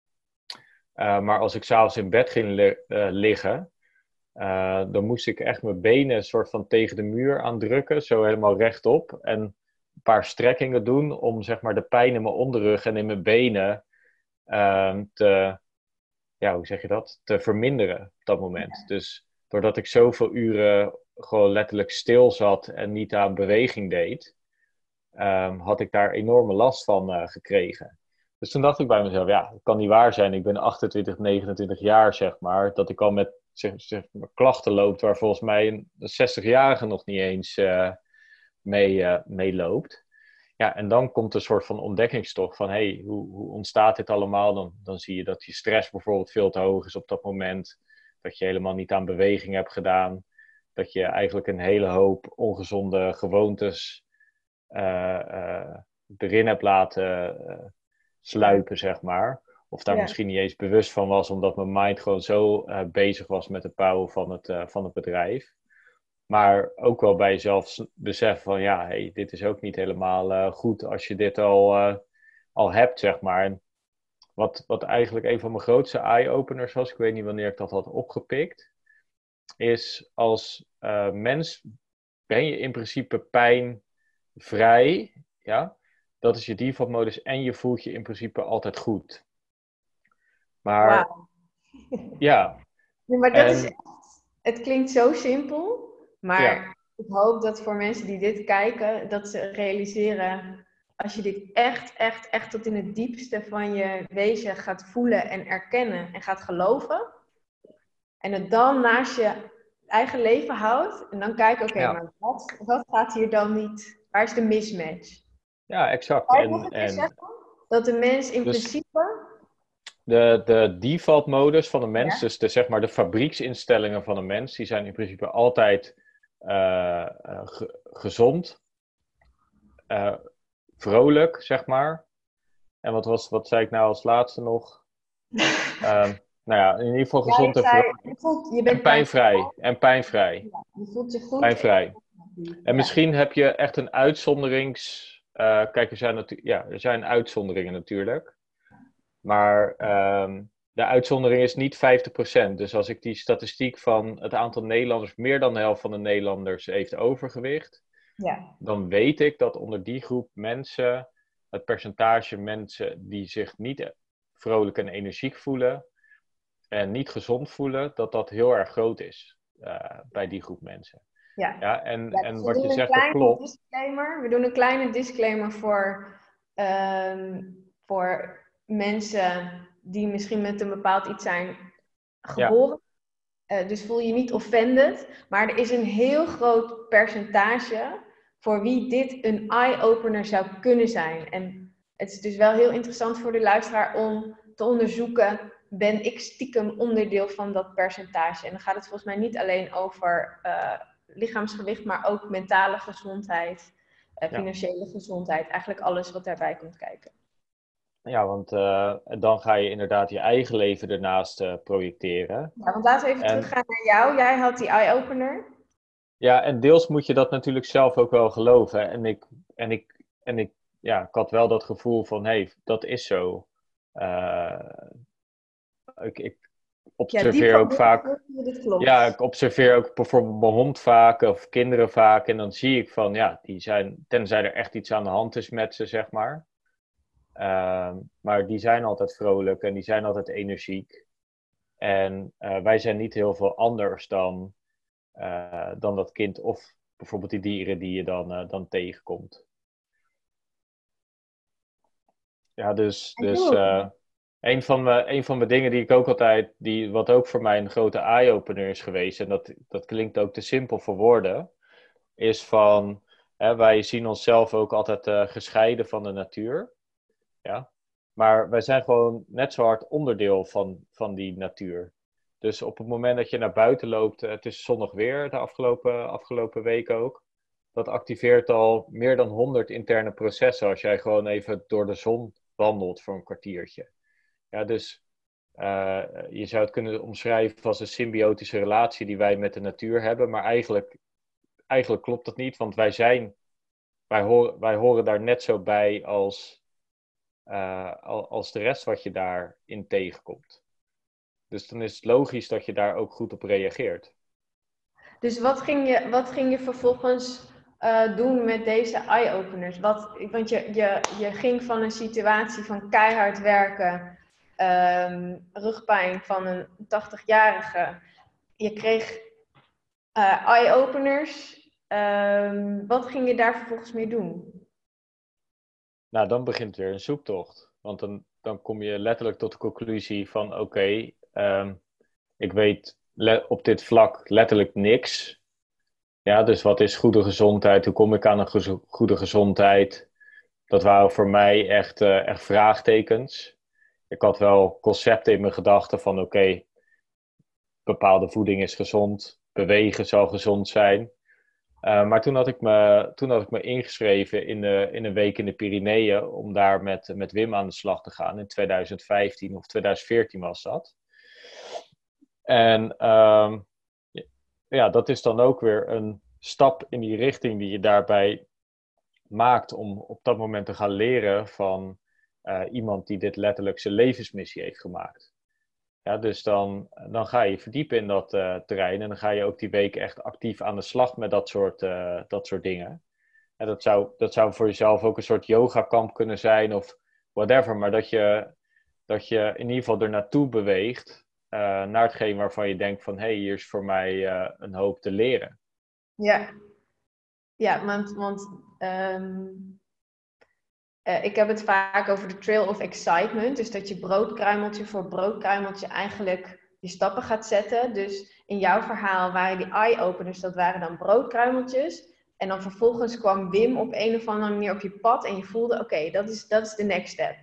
Uh, maar als ik s'avonds in bed ging li- uh, liggen, uh, dan moest ik echt mijn benen soort van tegen de muur aandrukken, zo helemaal rechtop. En een paar strekkingen doen om zeg maar de pijn in mijn onderrug en in mijn benen uh, te... ja, hoe zeg je dat? Te verminderen op dat moment. Dus doordat ik zoveel uren gewoon letterlijk stil zat en niet aan beweging deed, um, had ik daar enorme last van uh, gekregen. Dus toen dacht ik bij mezelf, ja, het kan niet waar zijn. Ik ben achtentwintig, negenentwintig jaar, zeg maar, dat ik al met zeg, zeg, klachten loop waar volgens mij een zestigjarige nog niet eens uh, mee, uh, mee loopt. Ja, en dan komt een soort van ontdekkingstocht van, hey, hoe, hoe ontstaat dit allemaal? Dan, dan zie je dat je stress bijvoorbeeld veel te hoog is op dat moment. Dat je helemaal niet aan beweging hebt gedaan. Dat je eigenlijk een hele hoop ongezonde gewoontes uh, uh, erin hebt laten uh, sluipen, zeg maar. Of daar Ja. misschien niet eens bewust van was, omdat mijn mind gewoon zo uh, bezig was met de bouwen van het, uh, van het bedrijf. Maar ook wel bij jezelf beseffen van ja, hey, dit is ook niet helemaal uh, goed als je dit al, uh, al hebt, zeg maar. En wat, wat eigenlijk een van mijn grootste eye-openers was, ik weet niet wanneer ik dat had opgepikt, is als uh, mens ben je in principe pijnvrij, ja. Dat is je default modus en je voelt je in principe altijd goed. Maar Wauw. ja, Ja, maar dat is en echt, het klinkt zo simpel, ja, maar ik hoop dat voor mensen die dit kijken, dat ze realiseren, als je dit echt, echt, echt tot in het diepste van je wezen gaat voelen en erkennen en gaat geloven, en het dan naast je eigen leven houdt, en dan kijken, oké, okay, ja, maar wat, wat gaat hier dan niet, waar is de mismatch? ja, exact. Kan je nog En, een keer en zeggen dat de mens in dus principe... De, de default modus van een mens, Ja. dus de, zeg maar de fabrieksinstellingen van een mens, die zijn in principe altijd uh, uh, ge- gezond, uh, vrolijk, zeg maar. En wat, was, wat zei ik nou als laatste nog? Um, nou ja, in ieder geval Ja, je gezond en zei, vrolijk. je, voelt, je En bent pijnvrij. pijnvrij. En pijnvrij. Ja, je voelt je goed en Pijnvrij. En ja. misschien heb je echt een uitzonderings... Uh, kijk, er zijn, natu- ja, er zijn uitzonderingen natuurlijk. Maar um, de uitzondering is niet vijftig procent. Dus als ik die statistiek van het aantal Nederlanders, meer dan de helft van de Nederlanders heeft overgewicht, Ja. dan weet ik dat onder die groep mensen, het percentage mensen die zich niet vrolijk en energiek voelen en niet gezond voelen, dat dat heel erg groot is uh, bij die groep mensen. Ja. Ja, en, Ja, dus en we wat je doen een zegt, dat kleine klopt. disclaimer. We doen een kleine disclaimer voor, um, voor mensen die misschien met een bepaald iets zijn Ja, geboren. Uh, dus voel je niet offended. Maar er is een heel groot percentage voor wie dit een eye-opener zou kunnen zijn. En het is dus wel heel interessant voor de luisteraar om te onderzoeken, ben ik stiekem onderdeel van dat percentage? En dan gaat het volgens mij niet alleen over uh, lichaamsgewicht, maar ook mentale gezondheid, uh, ja. financiële gezondheid. Eigenlijk alles wat daarbij komt kijken. Ja, want uh, dan ga je inderdaad je eigen leven ernaast uh, projecteren. Ja, want laten we even En teruggaan naar jou. Jij had die eye-opener. ja, en deels moet je dat natuurlijk zelf ook wel geloven. En ik, en ik, en ik, ja, ik had wel dat gevoel van, hé, hey, dat is zo. Uh, ik, ik Ja, diep observeer van ook vaak, binnen dit ja, klopt. ik observeer ook bijvoorbeeld mijn hond vaak of kinderen vaak. En dan zie ik van, ja, die zijn, tenzij er echt iets aan de hand is met ze, zeg maar. Uh, maar die zijn altijd vrolijk en die zijn altijd energiek. En uh, wij zijn niet heel veel anders dan, uh, dan dat kind of bijvoorbeeld die dieren die je dan, uh, dan tegenkomt. Ja, dus, En dus toen? uh, een, van mijn, een van mijn dingen die ik ook altijd, die, wat ook voor mij een grote eye-opener is geweest, en dat, dat klinkt ook te simpel voor woorden, is van, hè, wij zien onszelf ook altijd uh, gescheiden van de natuur. Ja? Maar wij zijn gewoon net zo hard onderdeel van, van die natuur. Dus op het moment dat je naar buiten loopt, het is zonnig weer de afgelopen, afgelopen week ook. Dat activeert al meer dan honderd interne processen als jij gewoon even door de zon wandelt voor een kwartiertje. Ja, dus uh, je zou het kunnen omschrijven als een symbiotische relatie die wij met de natuur hebben. Maar eigenlijk, eigenlijk klopt dat niet, want wij zijn, wij, horen, wij horen daar net zo bij als, uh, als de rest wat je daarin tegenkomt. Dus dan is het logisch dat je daar ook goed op reageert. Dus wat ging je, wat ging je vervolgens uh, doen met deze eye-openers? Wat, want je, je, je ging van een situatie van keihard werken um, rugpijn van een tachtigjarige. Je kreeg uh, eye-openers. Um, wat ging je daar vervolgens mee doen? Nou, dan begint weer een zoektocht. Want dan, dan kom je letterlijk tot de conclusie van oké, okay, um, ik weet le- op dit vlak letterlijk niks. Ja, dus wat is goede gezondheid? Hoe kom ik aan een gezo- goede gezondheid? Dat waren voor mij echt, uh, echt vraagtekens. Ik had wel concepten in mijn gedachten van oké, okay, bepaalde voeding is gezond, bewegen zal gezond zijn. Uh, maar toen had, ik me, toen had ik me ingeschreven in, de, in een week in de Pyreneeën om daar met, met Wim aan de slag te gaan. In twintig vijftien of twintig veertien was dat. En um, ja, dat is dan ook weer een stap in die richting die je daarbij maakt om op dat moment te gaan leren van uh, iemand die dit letterlijk zijn levensmissie heeft gemaakt. Ja, dus dan, dan ga je verdiepen in dat uh, terrein en dan ga je ook die week echt actief aan de slag met dat soort, uh, dat soort dingen. En dat zou, dat zou voor jezelf ook een soort yogakamp kunnen zijn of whatever, maar dat je, dat je in ieder geval er naartoe beweegt uh, naar hetgeen waarvan je denkt van hé, hey, hier is voor mij uh, een hoop te leren. Ja, ja want, want um, uh, ik heb het vaak over de trail of excitement. Dus dat je broodkruimeltje voor broodkruimeltje eigenlijk je stappen gaat zetten. Dus in jouw verhaal waren die eye-openers, dat waren dan broodkruimeltjes. En dan vervolgens kwam Wim op een of andere manier op je pad en je voelde, oké, okay, dat is dat is de next step.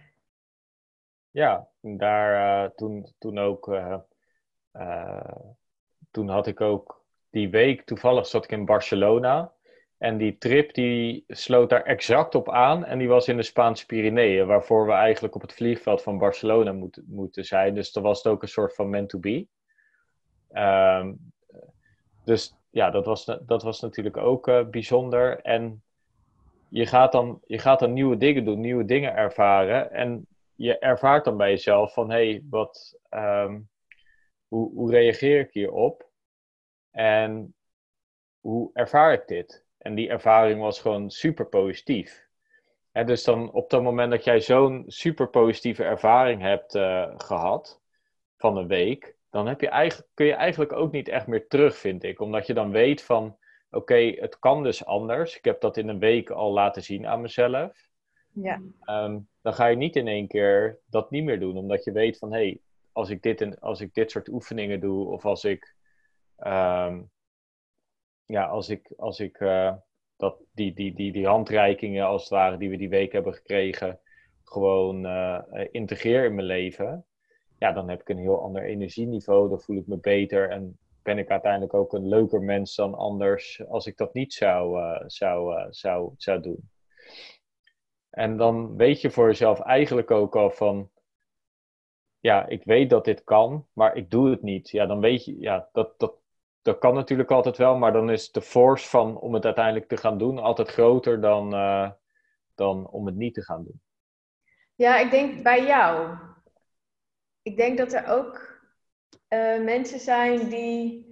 Ja, daar uh, toen, toen ook, uh, uh, toen had ik ook die week, toevallig zat ik in Barcelona. En die trip die sloot daar exact op aan. En die was in de Spaanse Pyreneeën, waarvoor we eigenlijk op het vliegveld van Barcelona moet, moeten zijn. Dus dan was het ook een soort van meant to be. Um, dus ja, dat was, dat was natuurlijk ook uh, bijzonder. En je gaat, dan, je gaat dan nieuwe dingen doen, nieuwe dingen ervaren. En je ervaart dan bij jezelf van, hé, hey, wat, um, hoe, hoe reageer ik hierop? En hoe ervaar ik dit? En die ervaring was gewoon super positief. En dus dan op dat moment dat jij zo'n super positieve ervaring hebt uh, gehad van een week, dan heb je eigenlijk, kun je eigenlijk ook niet echt meer terug, vind ik. Omdat je dan weet van, oké, okay, het kan dus anders. Ik heb dat in een week al laten zien aan mezelf. Ja. Um, dan ga je niet in één keer dat niet meer doen. Omdat je weet van, hé, hey, als ik dit en als ik dit soort oefeningen doe, of als ik, um, ja, als ik, als ik uh, dat, die, die, die, die handreikingen als het ware die we die week hebben gekregen, gewoon uh, integreer in mijn leven, ja, dan heb ik een heel ander energieniveau, dan voel ik me beter en ben ik uiteindelijk ook een leuker mens dan anders als ik dat niet zou, uh, zou, uh, zou, zou doen. En dan weet je voor jezelf eigenlijk ook al van, ja, ik weet dat dit kan, maar ik doe het niet. Ja, dan weet je, ja, dat, dat, dat kan natuurlijk altijd wel, maar dan is de force van om het uiteindelijk te gaan doen altijd groter dan, uh, dan om het niet te gaan doen. Ja, ik denk bij jou. Ik denk dat er ook uh, mensen zijn die...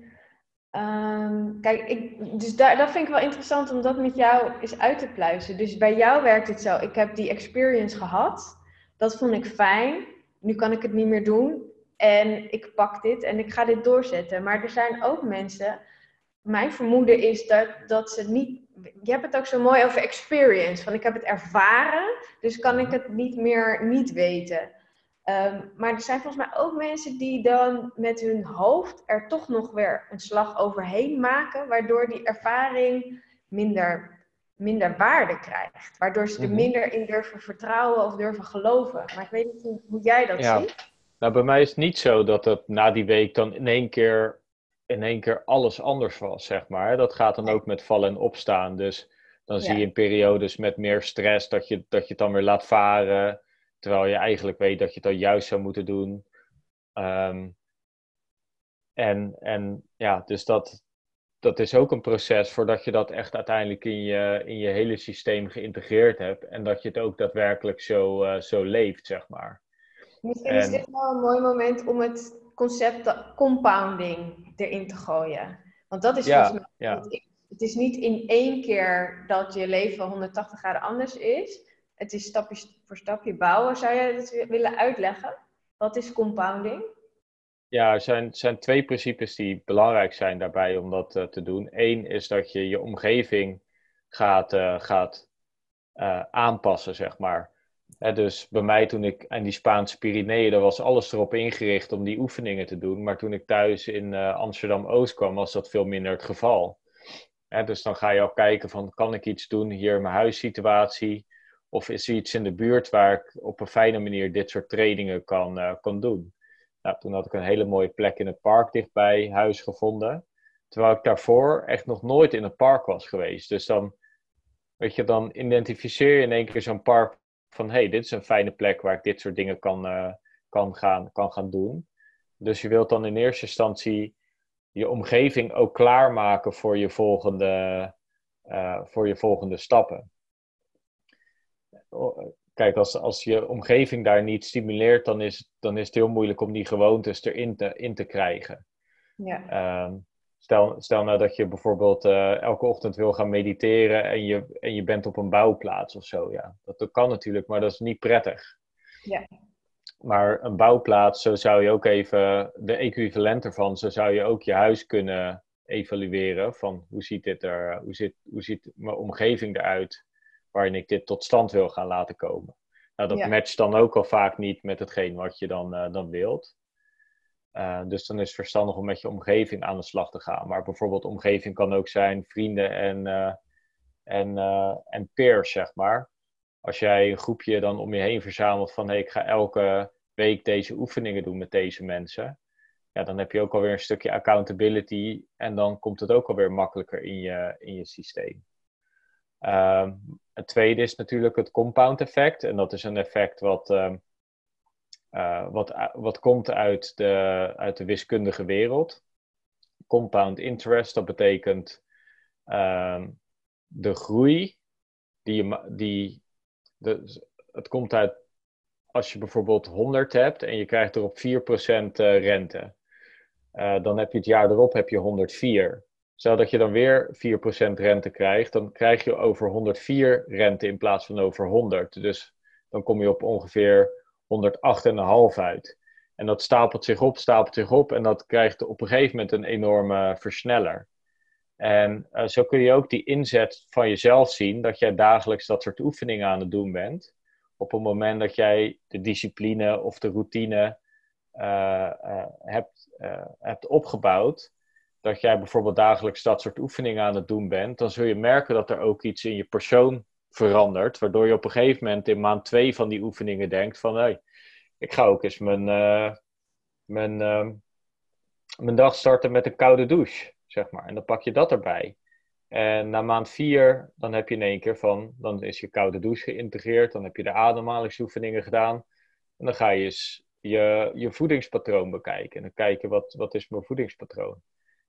Um, kijk, ik, dus daar, dat vind ik wel interessant om dat met jou eens uit te pluizen. Dus bij jou werkt het zo. Ik heb die experience gehad. Dat vond ik fijn. Nu kan ik het niet meer doen. En ik pak dit en ik ga dit doorzetten. Maar er zijn ook mensen... Mijn vermoeden is dat, dat ze niet... Je hebt het ook zo mooi over experience. Van ik heb het ervaren, dus kan ik het niet meer niet weten. Um, maar er zijn volgens mij ook mensen die dan met hun hoofd er toch nog weer een slag overheen maken, waardoor die ervaring minder, minder waarde krijgt. Waardoor ze er Mm-hmm. minder in durven vertrouwen of durven geloven. Maar ik weet niet hoe, hoe jij dat ja. ziet. Nou, bij mij is het niet zo dat het na die week dan in één keer, in één keer alles anders was, zeg maar. Dat gaat dan ook met vallen en opstaan. Dus dan Ja. zie je in periodes met meer stress dat je, dat je het dan weer laat varen. Terwijl je eigenlijk weet dat je het dan juist zou moeten doen. Um, en, en ja, dus dat, dat is ook een proces voordat je dat echt uiteindelijk in je, in je hele systeem geïntegreerd hebt. En dat je het ook daadwerkelijk zo, uh, zo leeft, zeg maar. Misschien is En, dit wel een mooi moment om het concept compounding erin te gooien. Want dat is ja, volgens mij ja. wat het is. Het is niet in één keer dat je leven honderdtachtig graden anders is. Het is stapje voor stapje bouwen. Zou jij dat willen uitleggen? Wat is compounding? Ja, er zijn, zijn twee principes die belangrijk zijn daarbij om dat uh, te doen. Eén is dat je je omgeving gaat, uh, gaat uh, aanpassen, zeg maar. Hè, dus bij mij toen ik aan die Spaanse Pyreneeën, daar was alles erop ingericht om die oefeningen te doen. Maar toen ik thuis in uh, Amsterdam-Oost kwam, was dat veel minder het geval. Hè, dus dan ga je al kijken van, kan ik iets doen hier in mijn huissituatie? Of is er iets in de buurt waar ik op een fijne manier dit soort trainingen kan, uh, kan doen? Nou, toen had ik een hele mooie plek in het park dichtbij huis gevonden. Terwijl ik daarvoor echt nog nooit in het park was geweest. Dus dan, weet je, dan identificeer je in één keer zo'n park van, hé, hey, dit is een fijne plek waar ik dit soort dingen kan, uh, kan, gaan, kan gaan doen. Dus je wilt dan in eerste instantie je omgeving ook klaarmaken voor je volgende, uh, voor je volgende stappen. Kijk, als, als je omgeving daar niet stimuleert, dan is, dan is het heel moeilijk om die gewoontes erin te, in te krijgen. Ja. Um, stel, stel nou dat je bijvoorbeeld uh, elke ochtend wil gaan mediteren en je, en je bent op een bouwplaats of zo. Ja, dat, dat kan natuurlijk, maar dat is niet prettig. Ja. Maar een bouwplaats, zo zou je ook even de equivalent ervan, zo zou je ook je huis kunnen evalueren van hoe ziet dit er, hoe ziet, hoe ziet mijn omgeving eruit waarin ik dit tot stand wil gaan laten komen. Nou, dat Ja. matcht dan ook al vaak niet met hetgeen wat je dan, uh, dan wilt. Uh, dus dan is het verstandig om met je omgeving aan de slag te gaan. Maar bijvoorbeeld omgeving kan ook zijn vrienden en, uh, en, uh, en peers, zeg maar. Als jij een groepje dan om je heen verzamelt van, hé, hey, ik ga elke week deze oefeningen doen met deze mensen. Ja, dan heb je ook alweer een stukje accountability en dan komt het ook alweer makkelijker in je, in je systeem. Uh, het tweede is natuurlijk het compound effect. En dat is een effect wat, uh, uh, wat, wat komt uit de, uit de wiskundige wereld. Compound interest, dat betekent uh, de groei die je... Die, de, het komt uit als je bijvoorbeeld honderd hebt en je krijgt er op vier procent uh, rente. Uh, dan heb je het jaar erop heb je honderdvier. Stel dat je dan weer vier procent rente krijgt, dan krijg je over honderdvier rente in plaats van over honderd. Dus dan kom je op ongeveer honderdacht komma vijf uit. En dat stapelt zich op, stapelt zich op en dat krijgt op een gegeven moment een enorme versneller. En uh, zo kun je ook die inzet van jezelf zien, dat jij dagelijks dat soort oefeningen aan het doen bent. Op het moment dat jij de discipline of de routine uh, uh, hebt, uh, hebt opgebouwd, dat jij bijvoorbeeld dagelijks dat soort oefeningen aan het doen bent, dan zul je merken dat er ook iets in je persoon verandert, waardoor je op een gegeven moment in maand twee van die oefeningen denkt van, hé, hey, ik ga ook eens mijn, uh, mijn, uh, mijn dag starten met een koude douche, zeg maar. En dan pak je dat erbij. En na maand vier, dan heb je in één keer van, dan is je koude douche geïntegreerd, dan heb je de ademhalingsoefeningen gedaan. En dan ga je eens je, je voedingspatroon bekijken. En dan kijken, wat, wat is mijn voedingspatroon?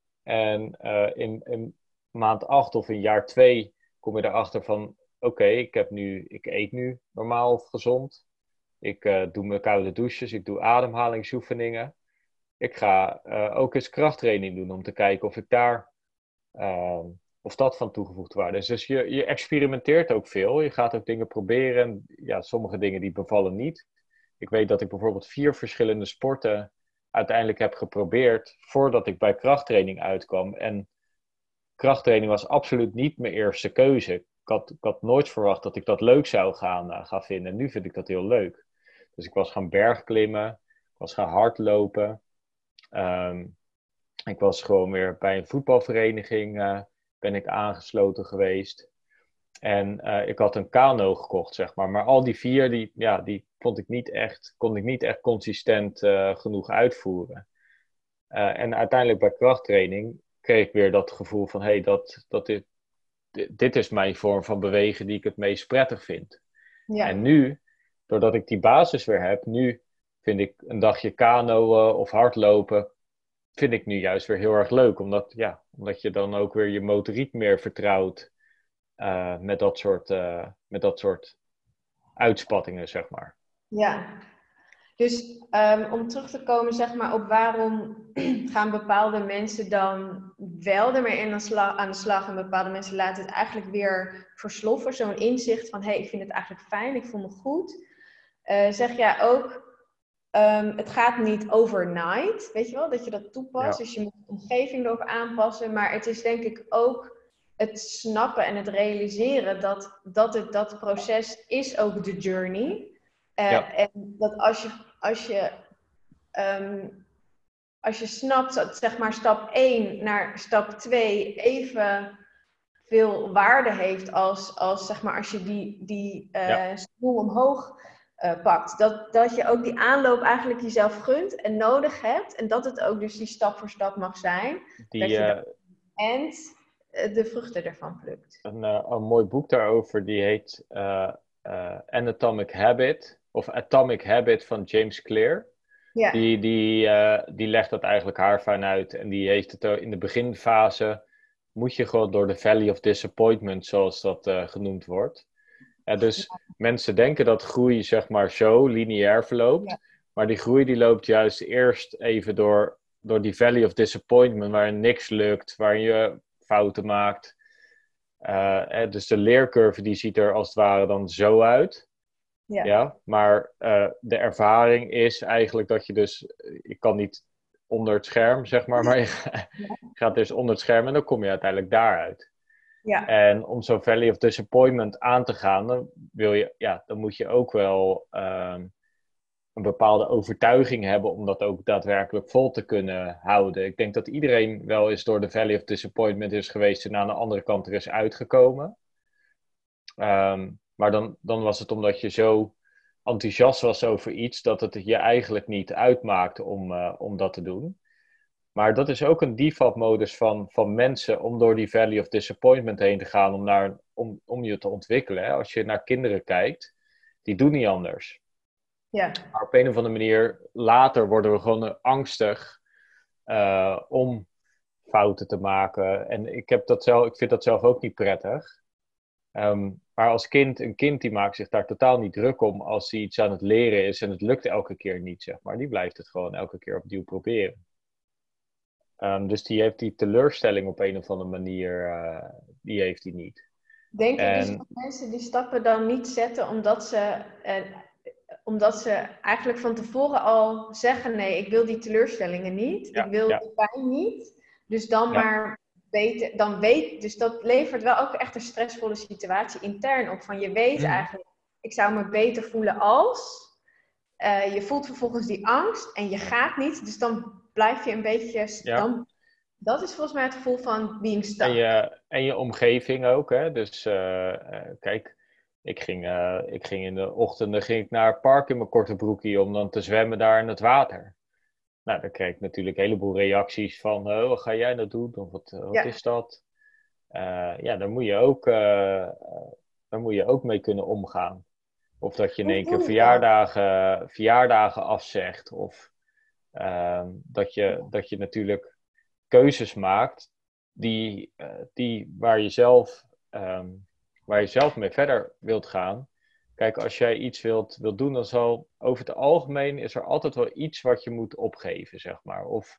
En uh, in, in maand acht of in jaar twee kom je erachter van, oké, okay, ik heb nu, ik eet nu normaal of gezond. Ik uh, doe mijn koude douches, ik doe ademhalingsoefeningen. Ik ga uh, ook eens krachttraining doen om te kijken of ik daar... Uh, of dat van toegevoegde waarde is. Dus je, je experimenteert ook veel. Je gaat ook dingen proberen. En ja, sommige dingen die bevallen niet. Ik weet dat ik bijvoorbeeld vier verschillende sporten uiteindelijk heb geprobeerd voordat ik bij krachttraining uitkwam. En krachttraining was absoluut niet mijn eerste keuze. Ik had, ik had nooit verwacht dat ik dat leuk zou gaan, uh, gaan vinden. En nu vind ik dat heel leuk. Dus ik was gaan bergklimmen. Ik was gaan hardlopen. Um, ik was gewoon weer bij een voetbalvereniging uh, ben ik aangesloten geweest. En uh, ik had een kano gekocht, zeg maar. Maar al die vier, die, ja, die vond ik niet echt, kon ik niet echt consistent uh, genoeg uitvoeren. Uh, en uiteindelijk bij krachttraining kreeg ik weer dat gevoel van, hé, hey, dat, dat dit, dit is mijn vorm van bewegen die ik het meest prettig vind. Ja. En nu, doordat ik die basis weer heb, nu vind ik een dagje kano uh, of hardlopen, vind ik nu juist weer heel erg leuk. Omdat, ja, omdat je dan ook weer je motoriek meer vertrouwt uh, met, dat soort, uh, met dat soort uitspattingen, zeg maar. Ja, dus um, om terug te komen zeg maar, op waarom gaan bepaalde mensen dan wel ermee in aan de, slag, aan de slag en bepaalde mensen laten het eigenlijk weer versloffen. Zo'n inzicht van, hé, hey, ik vind het eigenlijk fijn, ik voel me goed. Uh, zeg jij ook, Um, het gaat niet overnight, weet je wel, dat je dat toepast. Ja. Dus je moet de omgeving erop aanpassen. Maar het is denk ik ook het snappen en het realiseren dat, dat het dat proces is ook de journey. Uh, Ja. En dat als je, als je, um, als je snapt dat zeg maar stap één naar stap twee even veel waarde heeft als, als zeg maar als je die, die uh, Ja. stoel omhoog uh, pakt. Dat, dat je ook die aanloop eigenlijk jezelf gunt en nodig hebt. En dat het ook dus die stap voor stap mag zijn. Die, dat je uh, dan en uh, de vruchten ervan plukt. Een, uh, een mooi boek daarover, die heet uh, uh, Anatomic Habit. Of Atomic Habit van James Clear. Ja. Die, die, uh, die legt dat eigenlijk haarfijn uit. En die heeft het in de beginfase, moet je gewoon door de Valley of Disappointment, zoals dat uh, genoemd wordt. Uh, dus ja. Mensen denken dat groei zeg maar zo lineair verloopt. Ja. Maar die groei die loopt juist eerst even door, door die Valley of Disappointment, waarin niks lukt, waarin je fouten maakt. Uh, dus de leercurve die ziet er als het ware dan zo uit. Ja. Ja, maar uh, de ervaring is eigenlijk dat je dus, je kan niet onder het scherm, zeg maar, maar je ja. gaat dus onder het scherm en dan kom je uiteindelijk daaruit. Ja. En om zo'n Valley of Disappointment aan te gaan, dan, wil je, ja, dan moet je ook wel um, een bepaalde overtuiging hebben om dat ook daadwerkelijk vol te kunnen houden. Ik denk dat iedereen wel eens door de Valley of Disappointment is geweest en aan de andere kant er is uitgekomen. Um, maar dan, dan was het omdat je zo enthousiast was over iets dat het je eigenlijk niet uitmaakte om, uh, om dat te doen. Maar dat is ook een default modus van, van mensen om door die Valley of Disappointment heen te gaan om, naar, om, om je te ontwikkelen. Hè? Als je naar kinderen kijkt, die doen niet anders. Ja. Maar op een of andere manier, later worden we gewoon angstig uh, om fouten te maken. En ik, heb dat zelf, ik vind dat zelf ook niet prettig. Um, maar als kind, een kind die maakt zich daar totaal niet druk om als hij iets aan het leren is en het lukt elke keer niet, zeg maar. Die blijft het gewoon elke keer opnieuw proberen. Um, dus die heeft die teleurstelling op een of andere manier, uh, die heeft hij niet. Denk je en... dus dat mensen die stappen dan niet zetten omdat ze, uh, omdat ze eigenlijk van tevoren al zeggen, nee, ik wil die teleurstellingen niet, ja, ik wil ja. de pijn niet, dus dan ja. maar weten, dan weet, dus dat levert wel ook echt een stressvolle situatie intern op, van je weet mm. eigenlijk, ik zou me beter voelen als, uh, je voelt vervolgens die angst en je gaat niet, dus dan blijf je een beetje, ja. dan, dat is volgens mij het gevoel van being stuck. En je, en je omgeving ook, hè, dus uh, uh, kijk, ik ging, uh, ik ging in de ochtenden ging ik naar het park in mijn korte broekie om dan te zwemmen daar in het water. Nou, dan kreeg ik natuurlijk een heleboel reacties van, uh, wat ga jij nou doen? Of wat, uh, wat ja. is dat? Uh, ja, daar moet je ook, uh, uh, daar moet je ook mee kunnen omgaan. Of dat je in één keer verjaardagen, verjaardagen afzegt. Of uh, dat, je, dat je natuurlijk keuzes maakt die, uh, die waar, je zelf, um, waar je zelf mee verder wilt gaan. Kijk, als jij iets wilt, wilt doen, dan zal over het algemeen is er altijd wel iets wat je moet opgeven, zeg maar. Of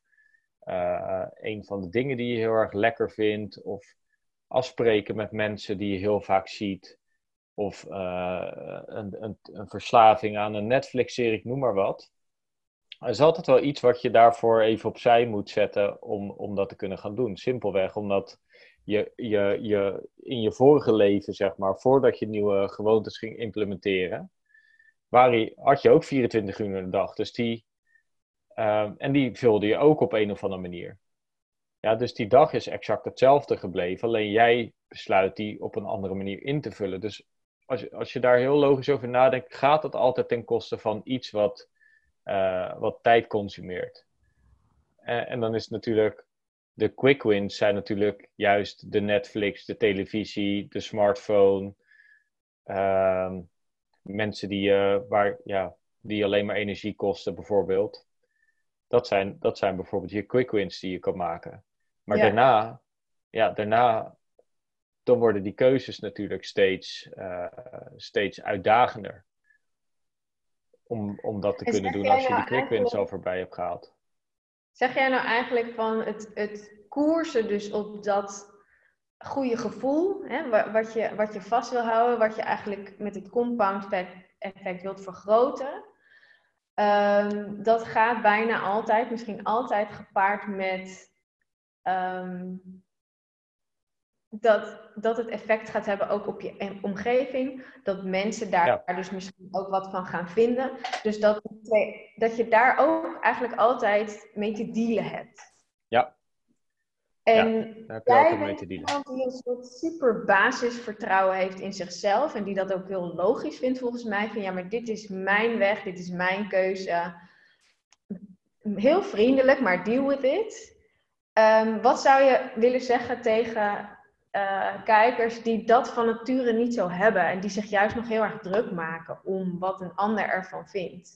uh, een van de dingen die je heel erg lekker vindt, of afspreken met mensen die je heel vaak ziet, of uh, een, een, een verslaving aan een Netflix-serie, ik noem maar wat. Er is altijd wel iets wat je daarvoor even opzij moet zetten om, om dat te kunnen gaan doen. Simpelweg omdat je, je, je in je vorige leven, zeg maar, voordat je nieuwe gewoontes ging implementeren, waar je, had je ook vierentwintig uur in de dag. Dus die, uh, en die vulde je ook op een of andere manier. Ja, dus die dag is exact hetzelfde gebleven, alleen jij besluit die op een andere manier in te vullen. Dus als je, als je daar heel logisch over nadenkt, gaat dat altijd ten koste van iets wat, uh, wat tijd consumeert. En, en dan is het natuurlijk, de quick wins zijn natuurlijk juist de Netflix, de televisie, de smartphone. Uh, mensen die, uh, waar, ja, die alleen maar energie kosten bijvoorbeeld. Dat zijn, dat zijn bijvoorbeeld je quick wins die je kan maken. Maar ja. daarna, ja, daarna, dan worden die keuzes natuurlijk steeds, uh, steeds uitdagender. Om, om dat te en kunnen doen als je nou die quick wins al voorbij hebt gehaald. Zeg jij nou eigenlijk van het, het koersen dus op dat goede gevoel, hè, wat, je, wat je vast wil houden, wat je eigenlijk met het compound effect wilt vergroten. Um, dat gaat bijna altijd, misschien altijd gepaard met um, dat, dat het effect gaat hebben ook op je omgeving. Dat mensen daar Ja. dus misschien ook wat van gaan vinden. Dus dat, dat je daar ook eigenlijk altijd mee te dealen hebt. Ja. En ja, daar heb je jij altijd mee bent te dealen. iemand die een soort super basisvertrouwen heeft in zichzelf. En die dat ook heel logisch vindt volgens mij. Van ja, maar dit is mijn weg, dit is mijn keuze. Heel vriendelijk, maar deal with it. Um, wat zou je willen zeggen tegen uh, kijkers die dat van nature niet zo hebben. En die zich juist nog heel erg druk maken om wat een ander ervan vindt?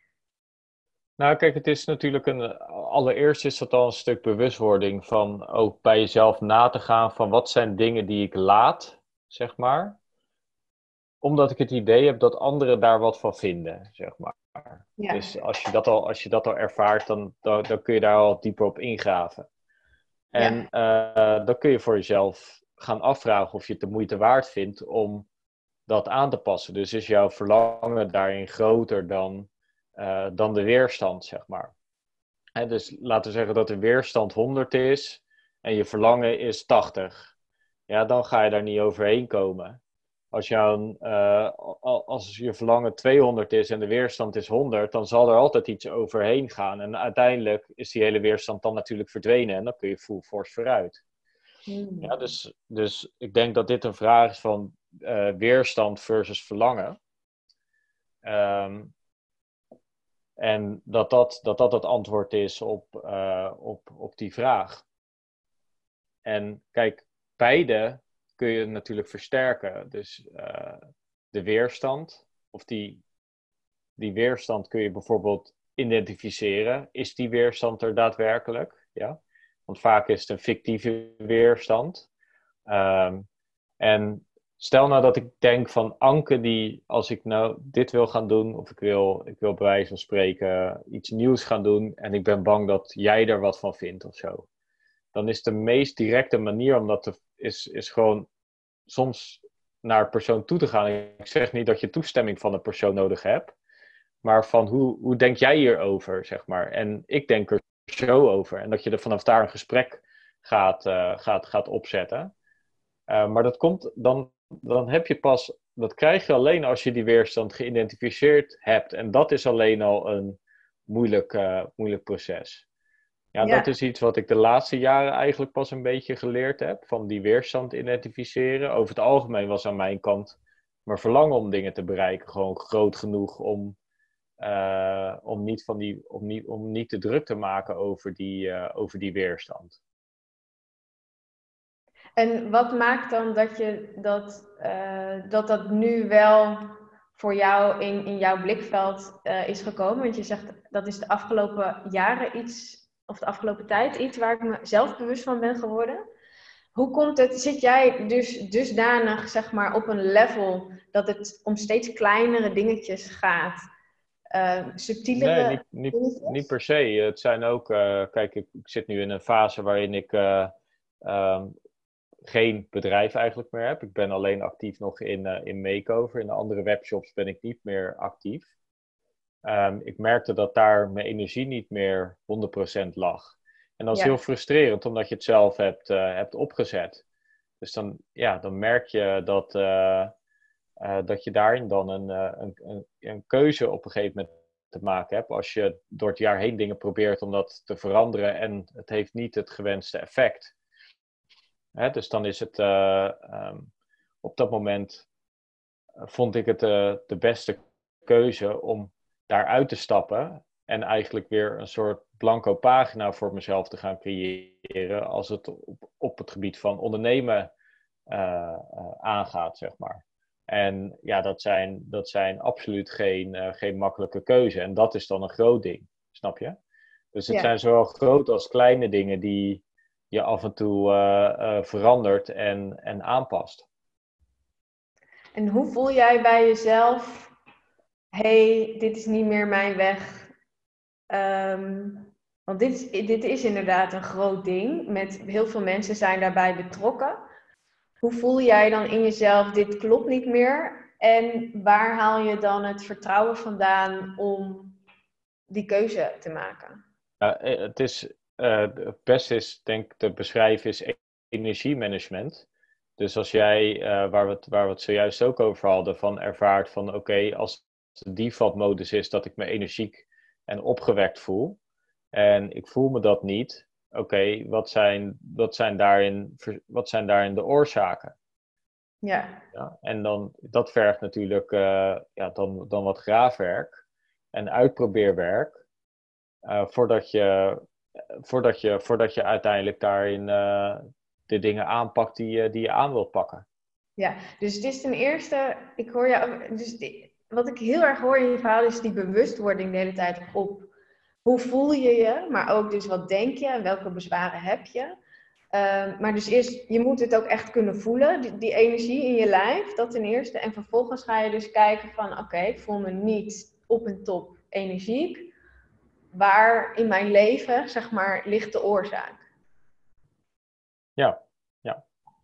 Nou, kijk, het is natuurlijk een. Allereerst is dat al een stuk bewustwording van ook bij jezelf na te gaan van wat zijn dingen die ik laat, zeg maar. Omdat ik het idee heb dat anderen daar wat van vinden, zeg maar. Ja. Dus als je dat al, als je dat al ervaart, dan, dan, dan kun je daar al dieper op ingraven. En ja. uh, dan kun je voor jezelf gaan afvragen of je het de moeite waard vindt om dat aan te passen. Dus is jouw verlangen daarin groter dan, uh, dan de weerstand, zeg maar. Hè, dus laten we zeggen dat de weerstand honderd is en je verlangen is tachtig. Ja, dan ga je daar niet overheen komen. Als, jouw, uh, als je verlangen tweehonderd is en de weerstand is honderd, dan zal er altijd iets overheen gaan. En uiteindelijk is die hele weerstand dan natuurlijk verdwenen en dan kun je full force vooruit. Hmm. Ja, dus, dus ik denk dat dit een vraag is van uh, weerstand versus verlangen. Um, en dat dat, dat dat het antwoord is op, uh, op, op die vraag. En kijk, beide kun je natuurlijk versterken. Dus uh, de weerstand, of die, die weerstand kun je bijvoorbeeld identificeren. Is die weerstand er daadwerkelijk? Ja? Want vaak is het een fictieve weerstand. Um, en stel nou dat ik denk van Anke, die als ik nou dit wil gaan doen, of ik wil, ik wil bij wijze van spreken iets nieuws gaan doen, en ik ben bang dat jij er wat van vindt of zo. Dan is de meest directe manier om dat te, is, is gewoon soms naar een persoon toe te gaan. Ik zeg niet dat je toestemming van een persoon nodig hebt, maar van hoe, hoe denk jij hierover, zeg maar. En ik denk er zo over. En dat je er vanaf daar een gesprek gaat, uh, gaat, gaat opzetten. Uh, maar dat komt, dan, dan heb je pas, dat krijg je alleen als je die weerstand geïdentificeerd hebt. En dat is alleen al een moeilijk, uh, moeilijk proces. Ja, ja, dat is iets wat ik de laatste jaren eigenlijk pas een beetje geleerd heb. Van die weerstand identificeren. Over het algemeen was aan mijn kant mijn verlangen om dingen te bereiken gewoon groot genoeg om, uh, om, niet, van die, om, niet, om niet te druk te maken over die, uh, over die weerstand. En wat maakt dan dat je dat, uh, dat, dat nu wel voor jou in, in jouw blikveld uh, is gekomen? Want je zegt dat is de afgelopen jaren iets, of de afgelopen tijd iets waar ik me zelf bewust van ben geworden. Hoe komt het, zit jij dus dusdanig zeg maar op een level dat het om steeds kleinere dingetjes gaat? Uh, subtielere nee, niet, niet, niet per se. Het zijn ook, uh, kijk, ik, ik zit nu in een fase waarin ik uh, um, geen bedrijf eigenlijk meer heb. Ik ben alleen actief nog in, uh, in Makeover. In de andere webshops ben ik niet meer actief. Um, ik merkte dat daar mijn energie niet meer honderd procent lag. En dat is ja. heel frustrerend, omdat je het zelf hebt, uh, hebt opgezet. Dus dan, ja, dan merk je dat, uh, uh, dat je daarin dan een, uh, een, een, een keuze op een gegeven moment te maken hebt. Als je door het jaar heen dingen probeert om dat te veranderen en het heeft niet het gewenste effect. Hè, dus dan is het uh, um, op dat moment uh, vond ik het uh, de beste keuze om daaruit te stappen en eigenlijk weer een soort blanco pagina voor mezelf te gaan creëren als het op, op het gebied van ondernemen uh, uh, aangaat, zeg maar. En ja, dat zijn, dat zijn absoluut geen, uh, geen makkelijke keuze. En dat is dan een groot ding, snap je? Dus het ja. zijn zowel grote als kleine dingen die je af en toe uh, uh, verandert en, en aanpast. En hoe voel jij bij jezelf, hey, dit is niet meer mijn weg? Um, want dit is, dit is inderdaad een groot ding. Met heel veel mensen zijn daarbij betrokken. Hoe voel jij dan in jezelf, dit klopt niet meer? En waar haal je dan het vertrouwen vandaan om die keuze te maken? Ja, eh, het is, eh, het beste is, denk ik, te beschrijven is e- energiemanagement. Dus als jij, eh, waar we het, waar we het zojuist ook over hadden, van ervaart van oké, als de default modus is dat ik me energiek en opgewekt voel en ik voel me dat niet, oké, wat zijn, wat zijn daarin, ver- wat zijn daarin de oorzaken? Ja, Ja? En dan, dat vergt natuurlijk eh, ja, dan, dan wat graafwerk en uitprobeerwerk, eh, voordat je, voordat je, voordat je uiteindelijk daarin eh, de dingen aanpakt die, je- die je aan wilt pakken. ja. Dus het is ten eerste, ik hoor jou, ook- dus die- wat ik heel erg hoor in je verhaal is die bewustwording de hele tijd op hoe voel je je, maar ook dus wat denk je en welke bezwaren heb je. Ehm, maar dus eerst, je moet het ook echt kunnen voelen, die, die energie in je lijf, dat ten eerste. En vervolgens ga je dus kijken van, oké, ik voel me niet op en top energiek. Waar in mijn leven, zeg maar, ligt de oorzaak? Ja, ja.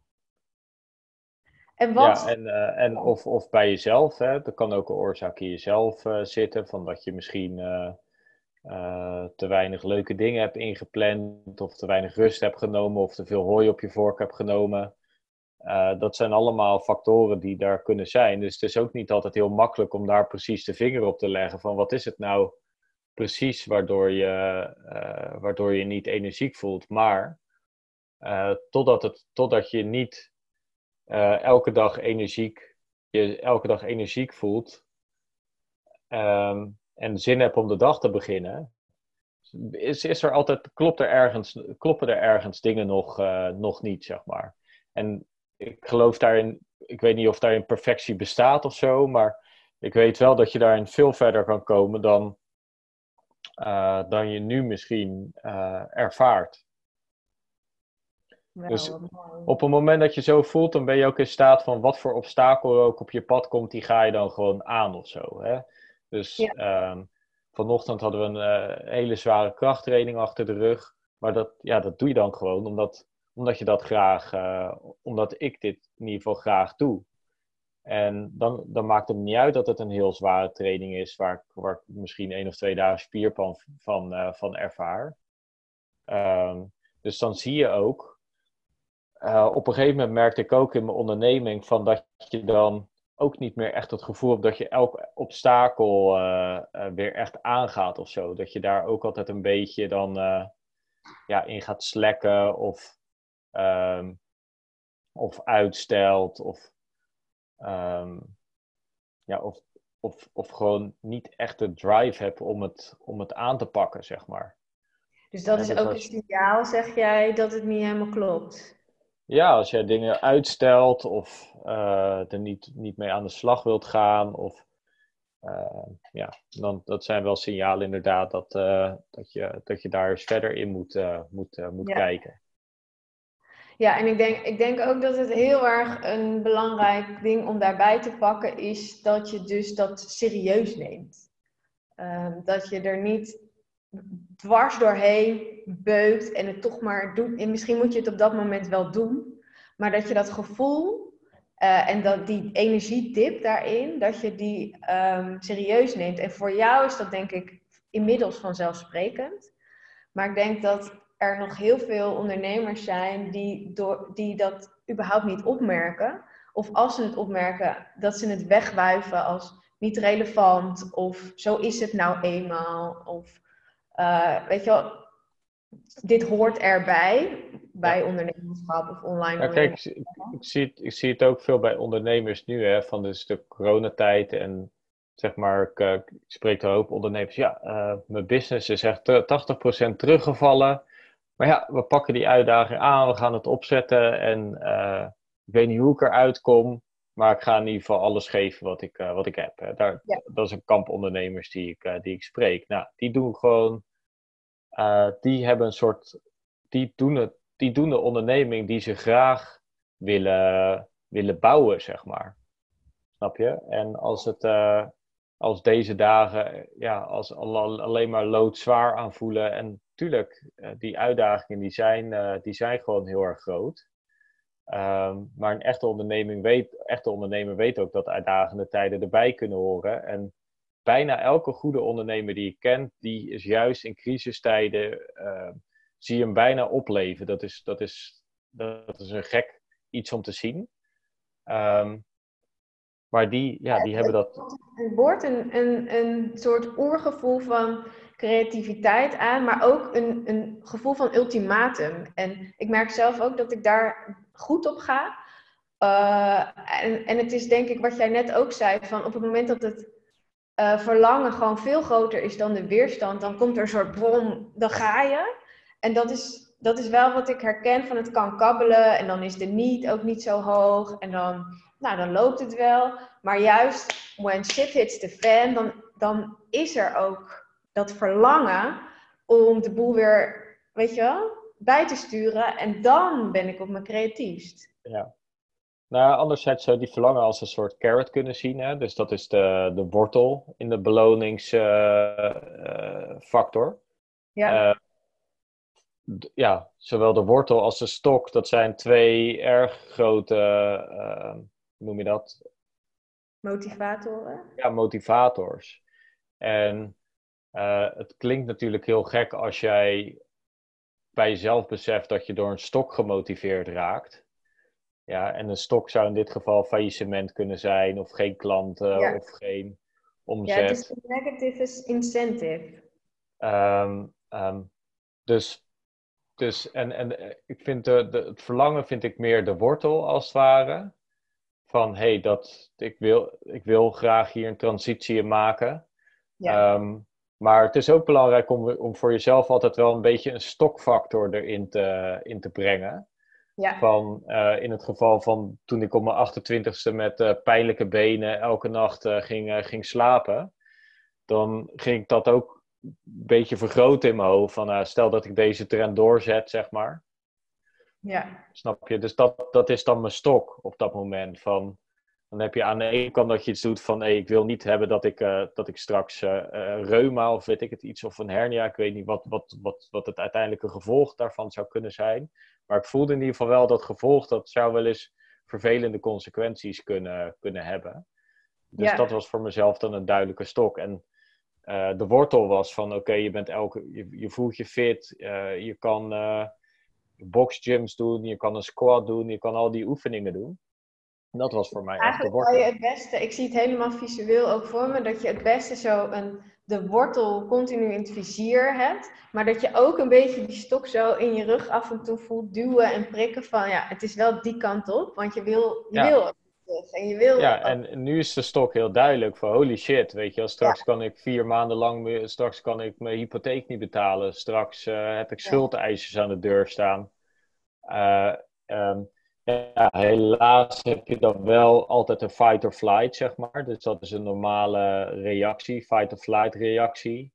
En Ja, wat... en, eh, en of, of bij jezelf, hè. Er kan ook een oorzaak in jezelf eh, zitten, van dat je misschien eh, eh, te weinig leuke dingen hebt ingepland, of te weinig rust hebt genomen, of te veel hooi op je vork hebt genomen. Uh, dat zijn allemaal factoren die daar kunnen zijn. Dus het is ook niet altijd heel makkelijk om daar precies de vinger op te leggen van wat is het nou precies waardoor je, uh, waardoor je niet energiek voelt. Maar uh, totdat, het, totdat je niet uh, elke dag energiek, je elke dag energiek voelt um, en zin hebt om de dag te beginnen, is, is er altijd, klopt er ergens, kloppen er ergens dingen nog, uh, nog niet, zeg maar. En ik geloof daarin, ik weet niet of daarin perfectie bestaat of zo, maar ik weet wel dat je daarin veel verder kan komen dan, uh, dan je nu misschien uh, ervaart. Dus op het moment dat je zo voelt, dan ben je ook in staat van wat voor obstakel er ook op je pad komt, die ga je dan gewoon aan of zo. Hè? Dus Ja. um, vanochtend hadden we een uh, hele zware krachttraining achter de rug. Maar dat, ja, dat doe je dan gewoon omdat, omdat je dat graag, uh, omdat ik dit in ieder geval graag doe. En dan, dan maakt het niet uit dat het een heel zware training is, waar, waar ik misschien één of twee dagen spierpijn van, uh, van ervaar. Um, dus dan zie je ook. Uh, op een gegeven moment merkte ik ook in mijn onderneming van dat je dan ook niet meer echt het gevoel hebt dat je elk obstakel uh, uh, weer echt aangaat of zo. Dat je daar ook altijd een beetje dan uh, ja, in gaat slekken of, um, of uitstelt of, um, ja, of, of, of gewoon niet echt de drive hebt om het, om het aan te pakken, zeg maar. Dus dat Ja, is dus ook een als, signaal, zeg jij, dat het niet helemaal klopt? Ja, als jij dingen uitstelt of uh, er niet, niet mee aan de slag wilt gaan, of, uh, ja, dan, dat zijn wel signalen inderdaad dat, uh, dat, je, dat je daar eens verder in moet, uh, moet, uh, moet Ja. kijken. Ja, en ik denk, ik denk ook dat het heel erg een belangrijk ding om daarbij te pakken is dat je dus dat serieus neemt. Um, dat je er niet dwars doorheen beukt en het toch maar doet. En misschien moet je het op dat moment wel doen, maar dat je dat gevoel uh, en dat die energiedip daarin, dat je die um, serieus neemt. En voor jou is dat denk ik inmiddels vanzelfsprekend. Maar ik denk dat er nog heel veel ondernemers zijn die, door, die dat überhaupt niet opmerken. Of als ze het opmerken, dat ze het wegwuiven als niet relevant. Of zo is het nou eenmaal. Of uh, weet je wel, dit hoort erbij. Bij Ja. ondernemerschap of online Ja, kijk, ondernemerschap. ik, ik, zie het, ik zie het ook veel bij ondernemers nu, hè, van dus de coronatijd en zeg maar, ik, uh, ik spreek een hoop ondernemers, ja, uh, mijn business is echt tachtig procent teruggevallen. Maar ja, we pakken die uitdaging aan, we gaan het opzetten en uh, ik weet niet hoe ik eruit kom, maar ik ga in ieder geval alles geven wat ik, uh, wat ik heb. Hè. Daar, Ja. Dat is een kamp ondernemers die ik, uh, die ik spreek. Nou, die doen gewoon, uh, die hebben een soort, die doen, het, die doen de onderneming die ze graag willen, willen bouwen, zeg maar. Snap je? En als het, uh, als deze dagen, ja, als alleen maar loodzwaar aanvoelen. En tuurlijk, uh, die uitdagingen die zijn, uh, die zijn gewoon heel erg groot. Um, maar een echte onderneming weet, echte ondernemer weet ook dat uitdagende tijden erbij kunnen horen. En bijna elke goede ondernemer die ik ken, die is juist in crisistijden, uh, zie je hem bijna opleven. Dat is, dat is, dat is een gek iets om te zien. Um, maar die, ja, die hebben dat... Het wordt een, een, een soort oergevoel van creativiteit aan, maar ook een, een gevoel van ultimatum. En ik merk zelf ook dat ik daar goed op ga. Uh, en, en het is denk ik wat jij net ook zei, van op het moment dat het uh, verlangen gewoon veel groter is dan de weerstand, dan komt er een soort brom, dan ga je. En dat is, dat is wel wat ik herken van het kan kabbelen en dan is de need ook niet zo hoog en dan, nou, dan loopt het wel. Maar juist, when shit hits the fan, dan, dan is er ook dat verlangen om de boel weer, weet je wel, bij te sturen. En dan ben ik op mijn creatiefst. Ja. Nou, anderzijds zou je die verlangen als een soort carrot kunnen zien. Hè? Dus dat is de, de wortel in de beloningsfactor. Uh, uh, ja. Uh, d- ja, zowel de wortel als de stok, dat zijn twee erg grote, uh, hoe noem je dat? Motivatoren. Ja, motivators. En uh, het klinkt natuurlijk heel gek als jij bij jezelf beseft dat je door een stok gemotiveerd raakt. Ja, en een stok zou in dit geval faillissement kunnen zijn, of geen klanten, ja. of geen omzet. Ja, het is een negative incentive. Um, um, dus, dus en, en ik vind de, de, het verlangen vind ik meer de wortel als het ware. Van, hé, hey, dat ik wil, ik wil graag hier een transitie in maken. Ja. Um, maar het is ook belangrijk om, om voor jezelf altijd wel een beetje een stokfactor erin te, in te brengen. Ja. Van, uh, in het geval van toen ik op mijn achtentwintigste met uh, pijnlijke benen elke nacht uh, ging, uh, ging slapen. Dan ging ik dat ook een beetje vergroten in mijn hoofd. Van, uh, stel dat ik deze trend doorzet, zeg maar. Ja. Snap je? Dus dat, dat is dan mijn stok op dat moment. Van, dan heb je aan de ene kant dat je iets doet van... Hey, ik wil niet hebben dat ik, uh, dat ik straks uh, uh, reuma of weet ik het iets... of een hernia. Ik weet niet wat, wat, wat, wat het uiteindelijke gevolg daarvan zou kunnen zijn. Maar ik voelde in ieder geval wel dat gevolg... dat zou wel eens vervelende consequenties kunnen, kunnen hebben. Dus ja. Dat was voor mezelf dan een duidelijke stok. En uh, de wortel was van... Oké, okay, je bent elke, je, je voelt je fit. Uh, je kan uh, boxgyms doen. Je kan een squat doen. Je kan al die oefeningen doen. Dat was voor mij echt de wortel. Eigenlijk kan je het beste, ik zie het helemaal visueel ook voor me, dat je het beste zo een, de wortel continu in het vizier hebt, maar dat je ook een beetje die stok zo in je rug af en toe voelt duwen en prikken van, ja, het is wel die kant op, want je wil, je ja. wil terug en je wil... Ja, en nu is de stok heel duidelijk van, holy shit, weet je wel, straks ja. kan ik vier maanden lang, straks kan ik mijn hypotheek niet betalen, straks uh, heb ik schuldeisers aan de deur staan. Uh, um, Ja, helaas heb je dan wel altijd een fight or flight, zeg maar. Dus dat is een normale reactie, fight or flight reactie.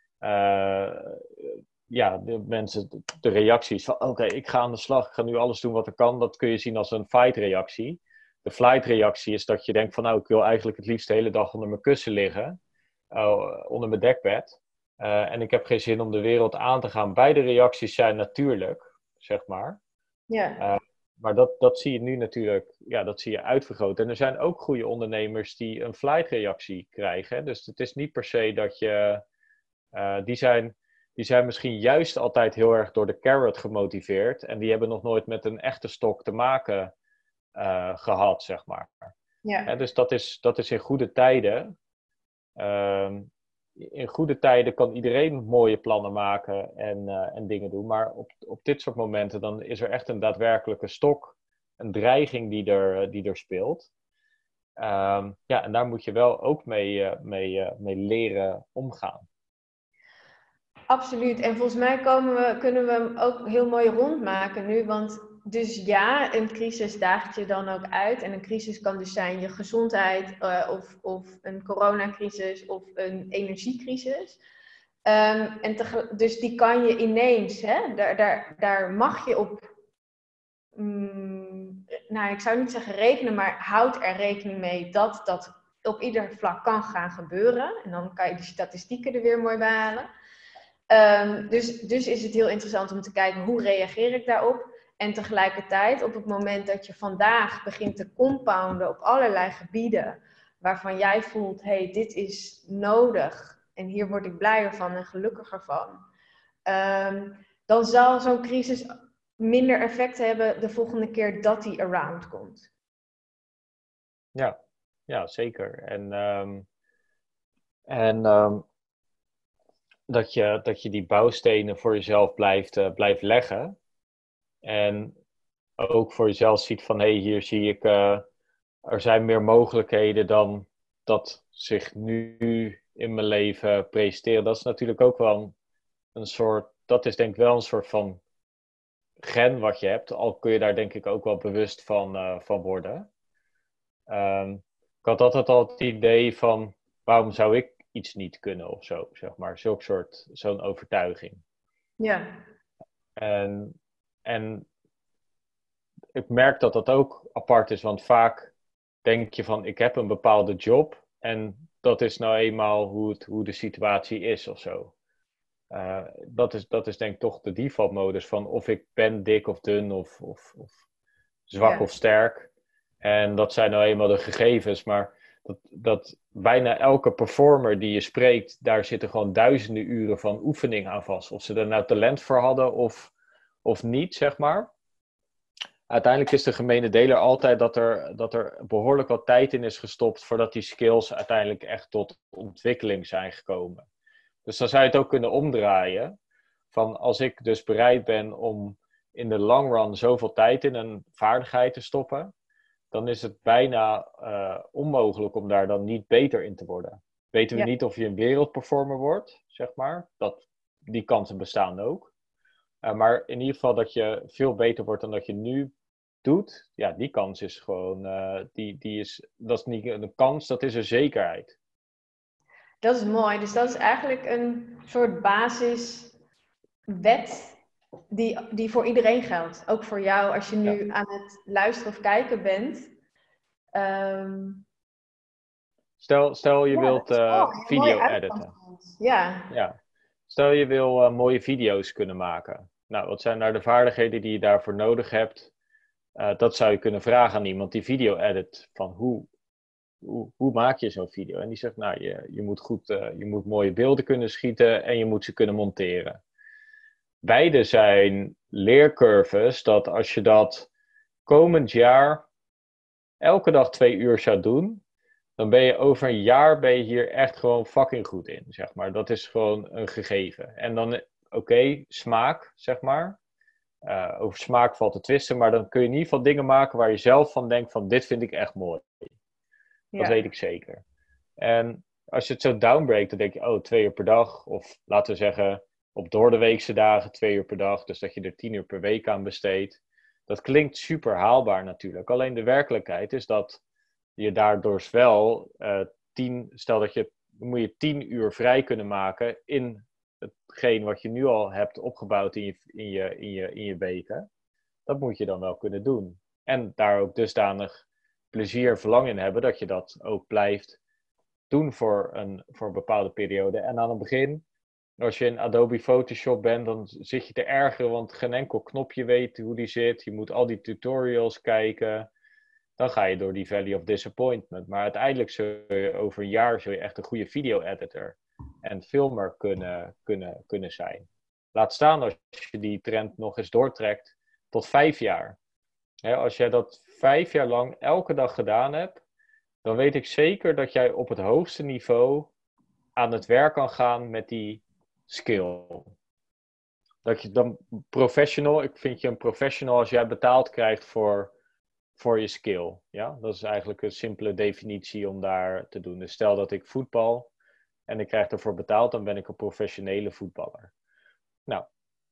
Uh, ja, de mensen, de reacties van, oké, okay, ik ga aan de slag, ik ga nu alles doen wat er kan. Dat kun je zien als een fight reactie. De flight reactie is dat je denkt van, nou, ik wil eigenlijk het liefst de hele dag onder mijn kussen liggen. Uh, onder mijn dekbed. Uh, en ik heb geen zin om de wereld aan te gaan. Beide reacties zijn natuurlijk, zeg maar. Ja. Uh, Maar dat, dat zie je nu natuurlijk, ja, dat zie je uitvergroot. En er zijn ook goede ondernemers die een flight-reactie krijgen. Dus het is niet per se dat je... Uh, die, zijn, die zijn misschien juist altijd heel erg door de carrot gemotiveerd. En die hebben nog nooit met een echte stok te maken uh, gehad, zeg maar. Ja. Ja, dus dat is, dat is in goede tijden. Uh, in goede tijden kan iedereen mooie plannen maken en, uh, en dingen doen. Maar op, op dit soort momenten dan is er echt een daadwerkelijke stok, een dreiging die er, die er speelt. Um, ja, en daar moet je wel ook mee, uh, mee, uh, mee leren omgaan. Absoluut. En volgens mij komen we, kunnen we hem ook heel mooi rondmaken nu. Want dus ja, een crisis daagt je dan ook uit. En een crisis kan dus zijn je gezondheid uh, of, of een coronacrisis of een energiecrisis. Um, en te, dus die kan je ineens, hè, daar, daar, daar mag je op, um, nou ik zou niet zeggen rekenen, maar houd er rekening mee dat dat op ieder vlak kan gaan gebeuren. En dan kan je de statistieken er weer mooi bij halen. Um, dus, dus is het heel interessant om te kijken hoe reageer ik daarop. En tegelijkertijd op het moment dat je vandaag begint te compounden op allerlei gebieden. waarvan jij voelt, hé, hey, dit is nodig en hier word ik blijer van en gelukkiger van, um, dan zal zo'n crisis minder effect hebben de volgende keer dat die around komt. Ja, ja zeker. En, um, en um, dat, je, dat je die bouwstenen voor jezelf blijft, uh, blijft leggen. En ook voor jezelf ziet van, hé, hey, hier zie ik, uh, er zijn meer mogelijkheden dan dat zich nu in mijn leven presenteren. Dat is natuurlijk ook wel een, een soort, dat is denk ik wel een soort van gen wat je hebt. Al kun je daar denk ik ook wel bewust van, uh, van worden. Um, ik had altijd al het idee van, waarom zou ik iets niet kunnen of zo, zeg maar. Zulk soort, zo'n overtuiging. Ja. En, en ik merk dat dat ook apart is, want vaak denk je van, ik heb een bepaalde job en dat is nou eenmaal hoe, het, hoe de situatie is of zo. Uh, dat, is, dat is denk ik toch de default modus van of ik ben dik of dun of, of, of zwak Ja. of sterk. En dat zijn nou eenmaal de gegevens, maar dat, dat bijna elke performer die je spreekt, daar zitten gewoon duizenden uren van oefening aan vast. Of ze er nou talent voor hadden of, of niet, zeg maar. Uiteindelijk is de gemene deler altijd dat er, dat er behoorlijk wat tijd in is gestopt voordat die skills uiteindelijk echt tot ontwikkeling zijn gekomen. Dus dan zou je het ook kunnen omdraaien. Van als ik dus bereid ben om in de long run zoveel tijd in een vaardigheid te stoppen, dan is het bijna uh, onmogelijk om daar dan niet beter in te worden. Weten we Ja. niet of je een wereldperformer wordt, zeg maar. Dat, die kansen bestaan ook. Uh, maar in ieder geval dat je veel beter wordt dan dat je nu doet. Ja, die kans is gewoon, uh, die, die is, dat is niet een kans, dat is een zekerheid. Dat is mooi. Dus dat is eigenlijk een soort basiswet die, die voor iedereen geldt. Ook voor jou als je nu ja. aan het luisteren of kijken bent. Um... Stel, stel je ja, wilt uh, video editen. Ja. ja. Stel je wil uh, mooie video's kunnen maken. Nou, wat zijn nou de vaardigheden die je daarvoor nodig hebt? Uh, dat zou je kunnen vragen aan iemand die video edit. Van hoe, hoe, hoe maak je zo'n video? En die zegt, nou, je, je, moet goed, uh, je moet mooie beelden kunnen schieten en je moet ze kunnen monteren. Beide zijn leercurves dat als je dat komend jaar elke dag twee uur zou doen, dan ben je over een jaar ben je hier echt gewoon fucking goed in, zeg maar. Dat is gewoon een gegeven. En dan, oké, okay, smaak, zeg maar. Uh, over smaak valt te twisten, maar dan kun je in ieder geval dingen maken waar je zelf van denkt van, dit vind ik echt mooi. Ja. Dat weet ik zeker. En als je het zo downbreakt, dan denk je, oh, twee uur per dag. Of laten we zeggen, op doordeweekse dagen twee uur per dag. Dus dat je er tien uur per week aan besteedt. Dat klinkt super haalbaar natuurlijk. Alleen de werkelijkheid is dat je daardoor wel uh, tien, stel dat je, dan moet je tien uur vrij kunnen maken in hetgeen wat je nu al hebt opgebouwd in je, in je, in je, in je weken. Dat moet je dan wel kunnen doen. En daar ook dusdanig plezier, verlangen in hebben, dat je dat ook blijft doen voor een, voor een bepaalde periode. En aan het begin, als je in Adobe Photoshop bent, dan zit je te ergeren, want geen enkel knopje weet hoe die zit. Je moet al die tutorials kijken. Dan ga je door die Valley of Disappointment. Maar uiteindelijk zul je over een jaar zul je echt een goede video-editor en filmer kunnen, kunnen, kunnen zijn. Laat staan als je die trend nog eens doortrekt tot vijf jaar. He, als jij dat vijf jaar lang elke dag gedaan hebt, dan weet ik zeker dat jij op het hoogste niveau aan het werk kan gaan met die skill. Dat je dan professional, ik vind je een professional als jij betaald krijgt voor, voor je skill. Ja? Dat is eigenlijk een simpele definitie om daar te doen. Dus stel dat ik voetbal en ik krijg ervoor betaald, dan ben ik een professionele voetballer. Nou,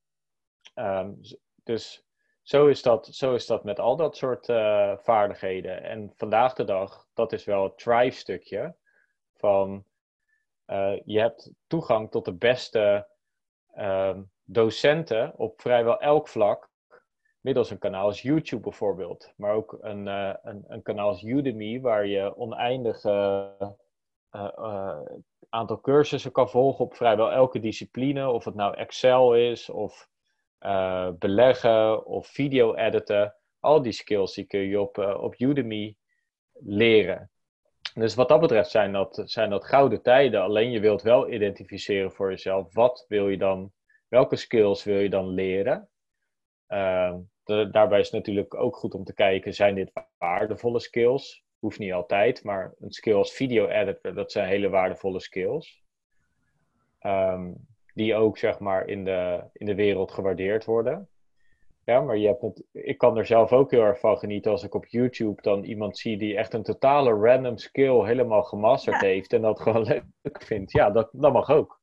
um, dus zo is, dat, zo is dat met al dat soort uh, vaardigheden. En vandaag de dag, dat is wel het Thrive-stukje van uh, je hebt toegang tot de beste uh, docenten op vrijwel elk vlak, middels een kanaal als YouTube bijvoorbeeld. Maar ook een, uh, een, een kanaal als Udemy, waar je oneindig uh, uh, uh, aantal cursussen kan volgen op vrijwel elke discipline. Of het nou Excel is, of uh, beleggen, of video editen. Al die skills die kun je op, uh, op Udemy leren. Dus wat dat betreft zijn dat, zijn dat gouden tijden. Alleen je wilt wel identificeren voor jezelf. Wat wil je dan, welke skills wil je dan leren? Uh, de, daarbij is het natuurlijk ook goed om te kijken, zijn dit waardevolle skills? Hoeft niet altijd, maar een skill als video editor, dat zijn hele waardevolle skills. Um, die ook, zeg maar, in de, in de wereld gewaardeerd worden. Ja, maar je hebt het, ik kan er zelf ook heel erg van genieten als ik op YouTube dan iemand zie die echt een totale random skill helemaal gemasterd Ja. heeft en dat gewoon leuk vindt. Ja, dat, dat mag ook.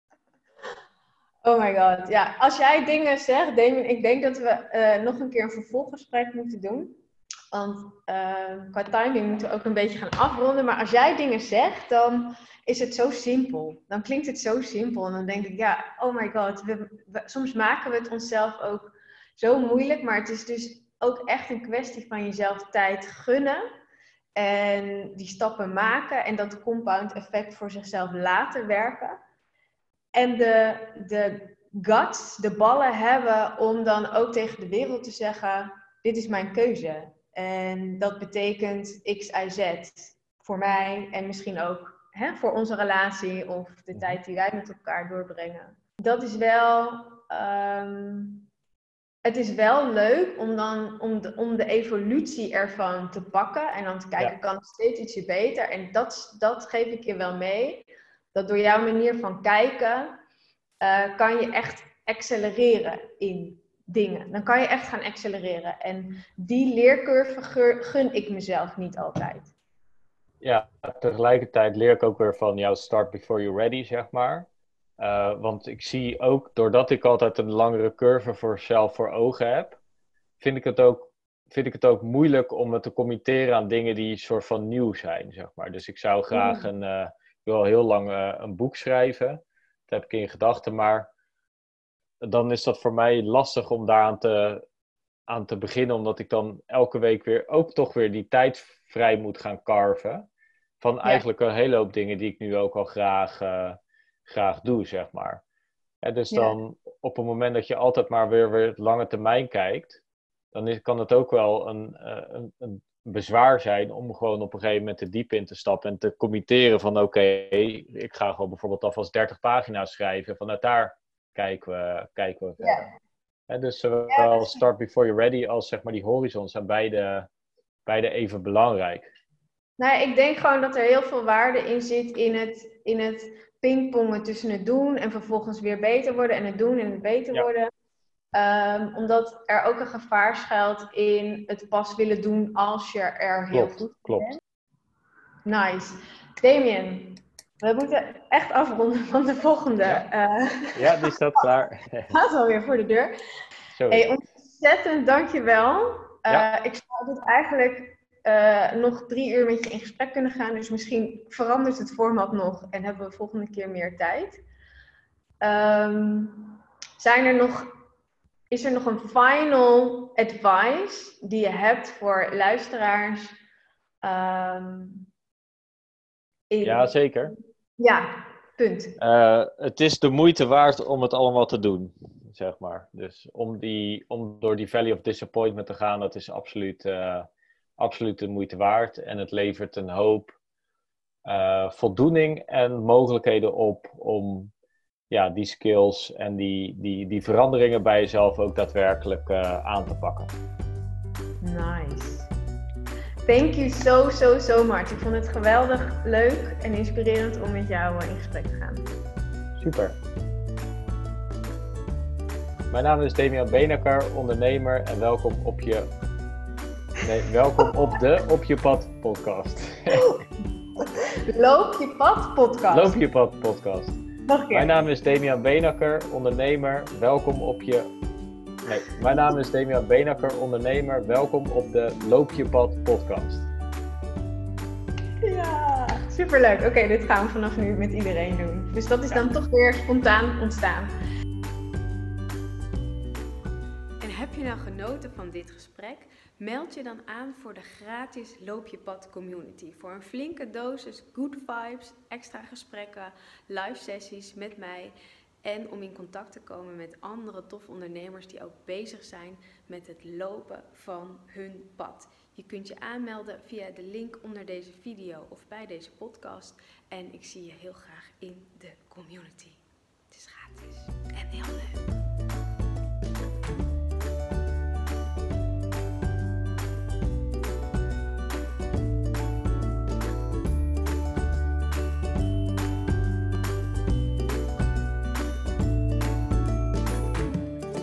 Oh my god, ja. Als jij dingen zegt, Damien, ik denk dat we uh, nog een keer een vervolggesprek moeten doen. Want uh, qua timing moeten we ook een beetje gaan afronden. Maar als jij dingen zegt, dan is het zo simpel. Dan klinkt het zo simpel. En dan denk ik, ja, oh my god. We, we, soms maken we het onszelf ook zo moeilijk. Maar het is dus ook echt een kwestie van jezelf tijd gunnen. En die stappen maken. En dat compound effect voor zichzelf laten werken. En de, de guts, de ballen hebben om dan ook tegen de wereld te zeggen, dit is mijn keuze. En dat betekent X, Y, Z voor mij en misschien ook hè, voor onze relatie of de tijd die wij met elkaar doorbrengen. Dat is wel, um, het is wel leuk om dan om de, om de evolutie ervan te pakken en dan te kijken, ja. Kan het steeds ietsje beter? En dat, dat geef ik je wel mee. Dat door jouw manier van kijken uh, kan je echt accelereren in dingen. Dan kan je echt gaan accelereren. En die leercurve gun ik mezelf niet altijd. Ja, tegelijkertijd leer ik ook weer van jou start before you're ready, zeg maar. Uh, want ik zie ook, doordat ik altijd een langere curve voor mezelf voor ogen heb, vind ik het ook, vind ik het ook moeilijk om me te committeren aan dingen die een soort van nieuw zijn, zeg maar. Dus ik zou graag een, uh, ik wil al heel lang uh, een boek schrijven. Dat heb ik in gedachten, maar dan is dat voor mij lastig om daaraan te, aan te beginnen, omdat ik dan elke week weer ook toch weer die tijd vrij moet gaan carven. Van ja. Eigenlijk een hele hoop dingen die ik nu ook al graag, uh, graag doe, zeg maar. En dus ja. Dan op het moment dat je altijd maar weer, weer lange termijn kijkt, dan is, kan het ook wel een, uh, een, een bezwaar zijn om gewoon op een gegeven moment te diep in te stappen en te committeren van oké, okay, ik ga gewoon bijvoorbeeld alvast dertig pagina's schrijven. Vanuit daar kijken we, kijken we verder. Ja. En dus zowel ja, start before you're ready als zeg maar die horizons zijn beide, beide even belangrijk. Nou, ik denk gewoon dat er heel veel waarde in zit in het, in het pingpongen tussen het doen en vervolgens weer beter worden en het doen en het beter ja. worden. Um, omdat er ook een gevaar schuilt in het pas willen doen als je er heel klopt, goed klopt. bent. Nice. Damien, we moeten echt afronden van de volgende. Ja, uh, ja die staat klaar. Gaat alweer voor de deur. Hey, ontzettend dankjewel. Uh, ja. Ik zou dit eigenlijk uh, nog drie uur met je in gesprek kunnen gaan. Dus misschien verandert het format nog en hebben we volgende keer meer tijd. Um, zijn er nog, is er nog een final advice die je hebt voor luisteraars? Um, in... Ja, zeker. Ja, punt. Uh, het is de moeite waard om het allemaal te doen, zeg maar. Dus om, die, om door die Valley of Disappointment te gaan, dat is absoluut, uh, absoluut de moeite waard. En het levert een hoop uh, voldoening en mogelijkheden op om ja, die skills en die, die, die veranderingen bij jezelf ook daadwerkelijk uh, aan te pakken. Nice. Thank you so, so, so much. Ik vond het geweldig leuk en inspirerend om met jou in gesprek te gaan. Super. Mijn naam is Damian Beenakker, ondernemer en welkom op je... Nee, welkom op de Op Je Pad podcast. Loop Je Pad podcast. Loop Je Pad podcast. Nog een keer. Mijn naam is Damian Beenakker, ondernemer. Welkom op je... Nee, mijn naam is Damian Beenakker, ondernemer. Welkom op de Loop Je Pad podcast. Ja, superleuk. Oké, okay, dit gaan we vanaf nu met iedereen doen. Dus dat is dan ja. toch weer spontaan ontstaan. En heb je nou genoten van dit gesprek? Meld je dan aan voor de gratis Loop Je Pad community. Voor een flinke dosis good vibes, extra gesprekken, live sessies met mij. En om in contact te komen met andere toffe ondernemers die ook bezig zijn met het lopen van hun pad. Je kunt je aanmelden via de link onder deze video of bij deze podcast. En ik zie je heel graag in de community. Het is gratis en heel leuk.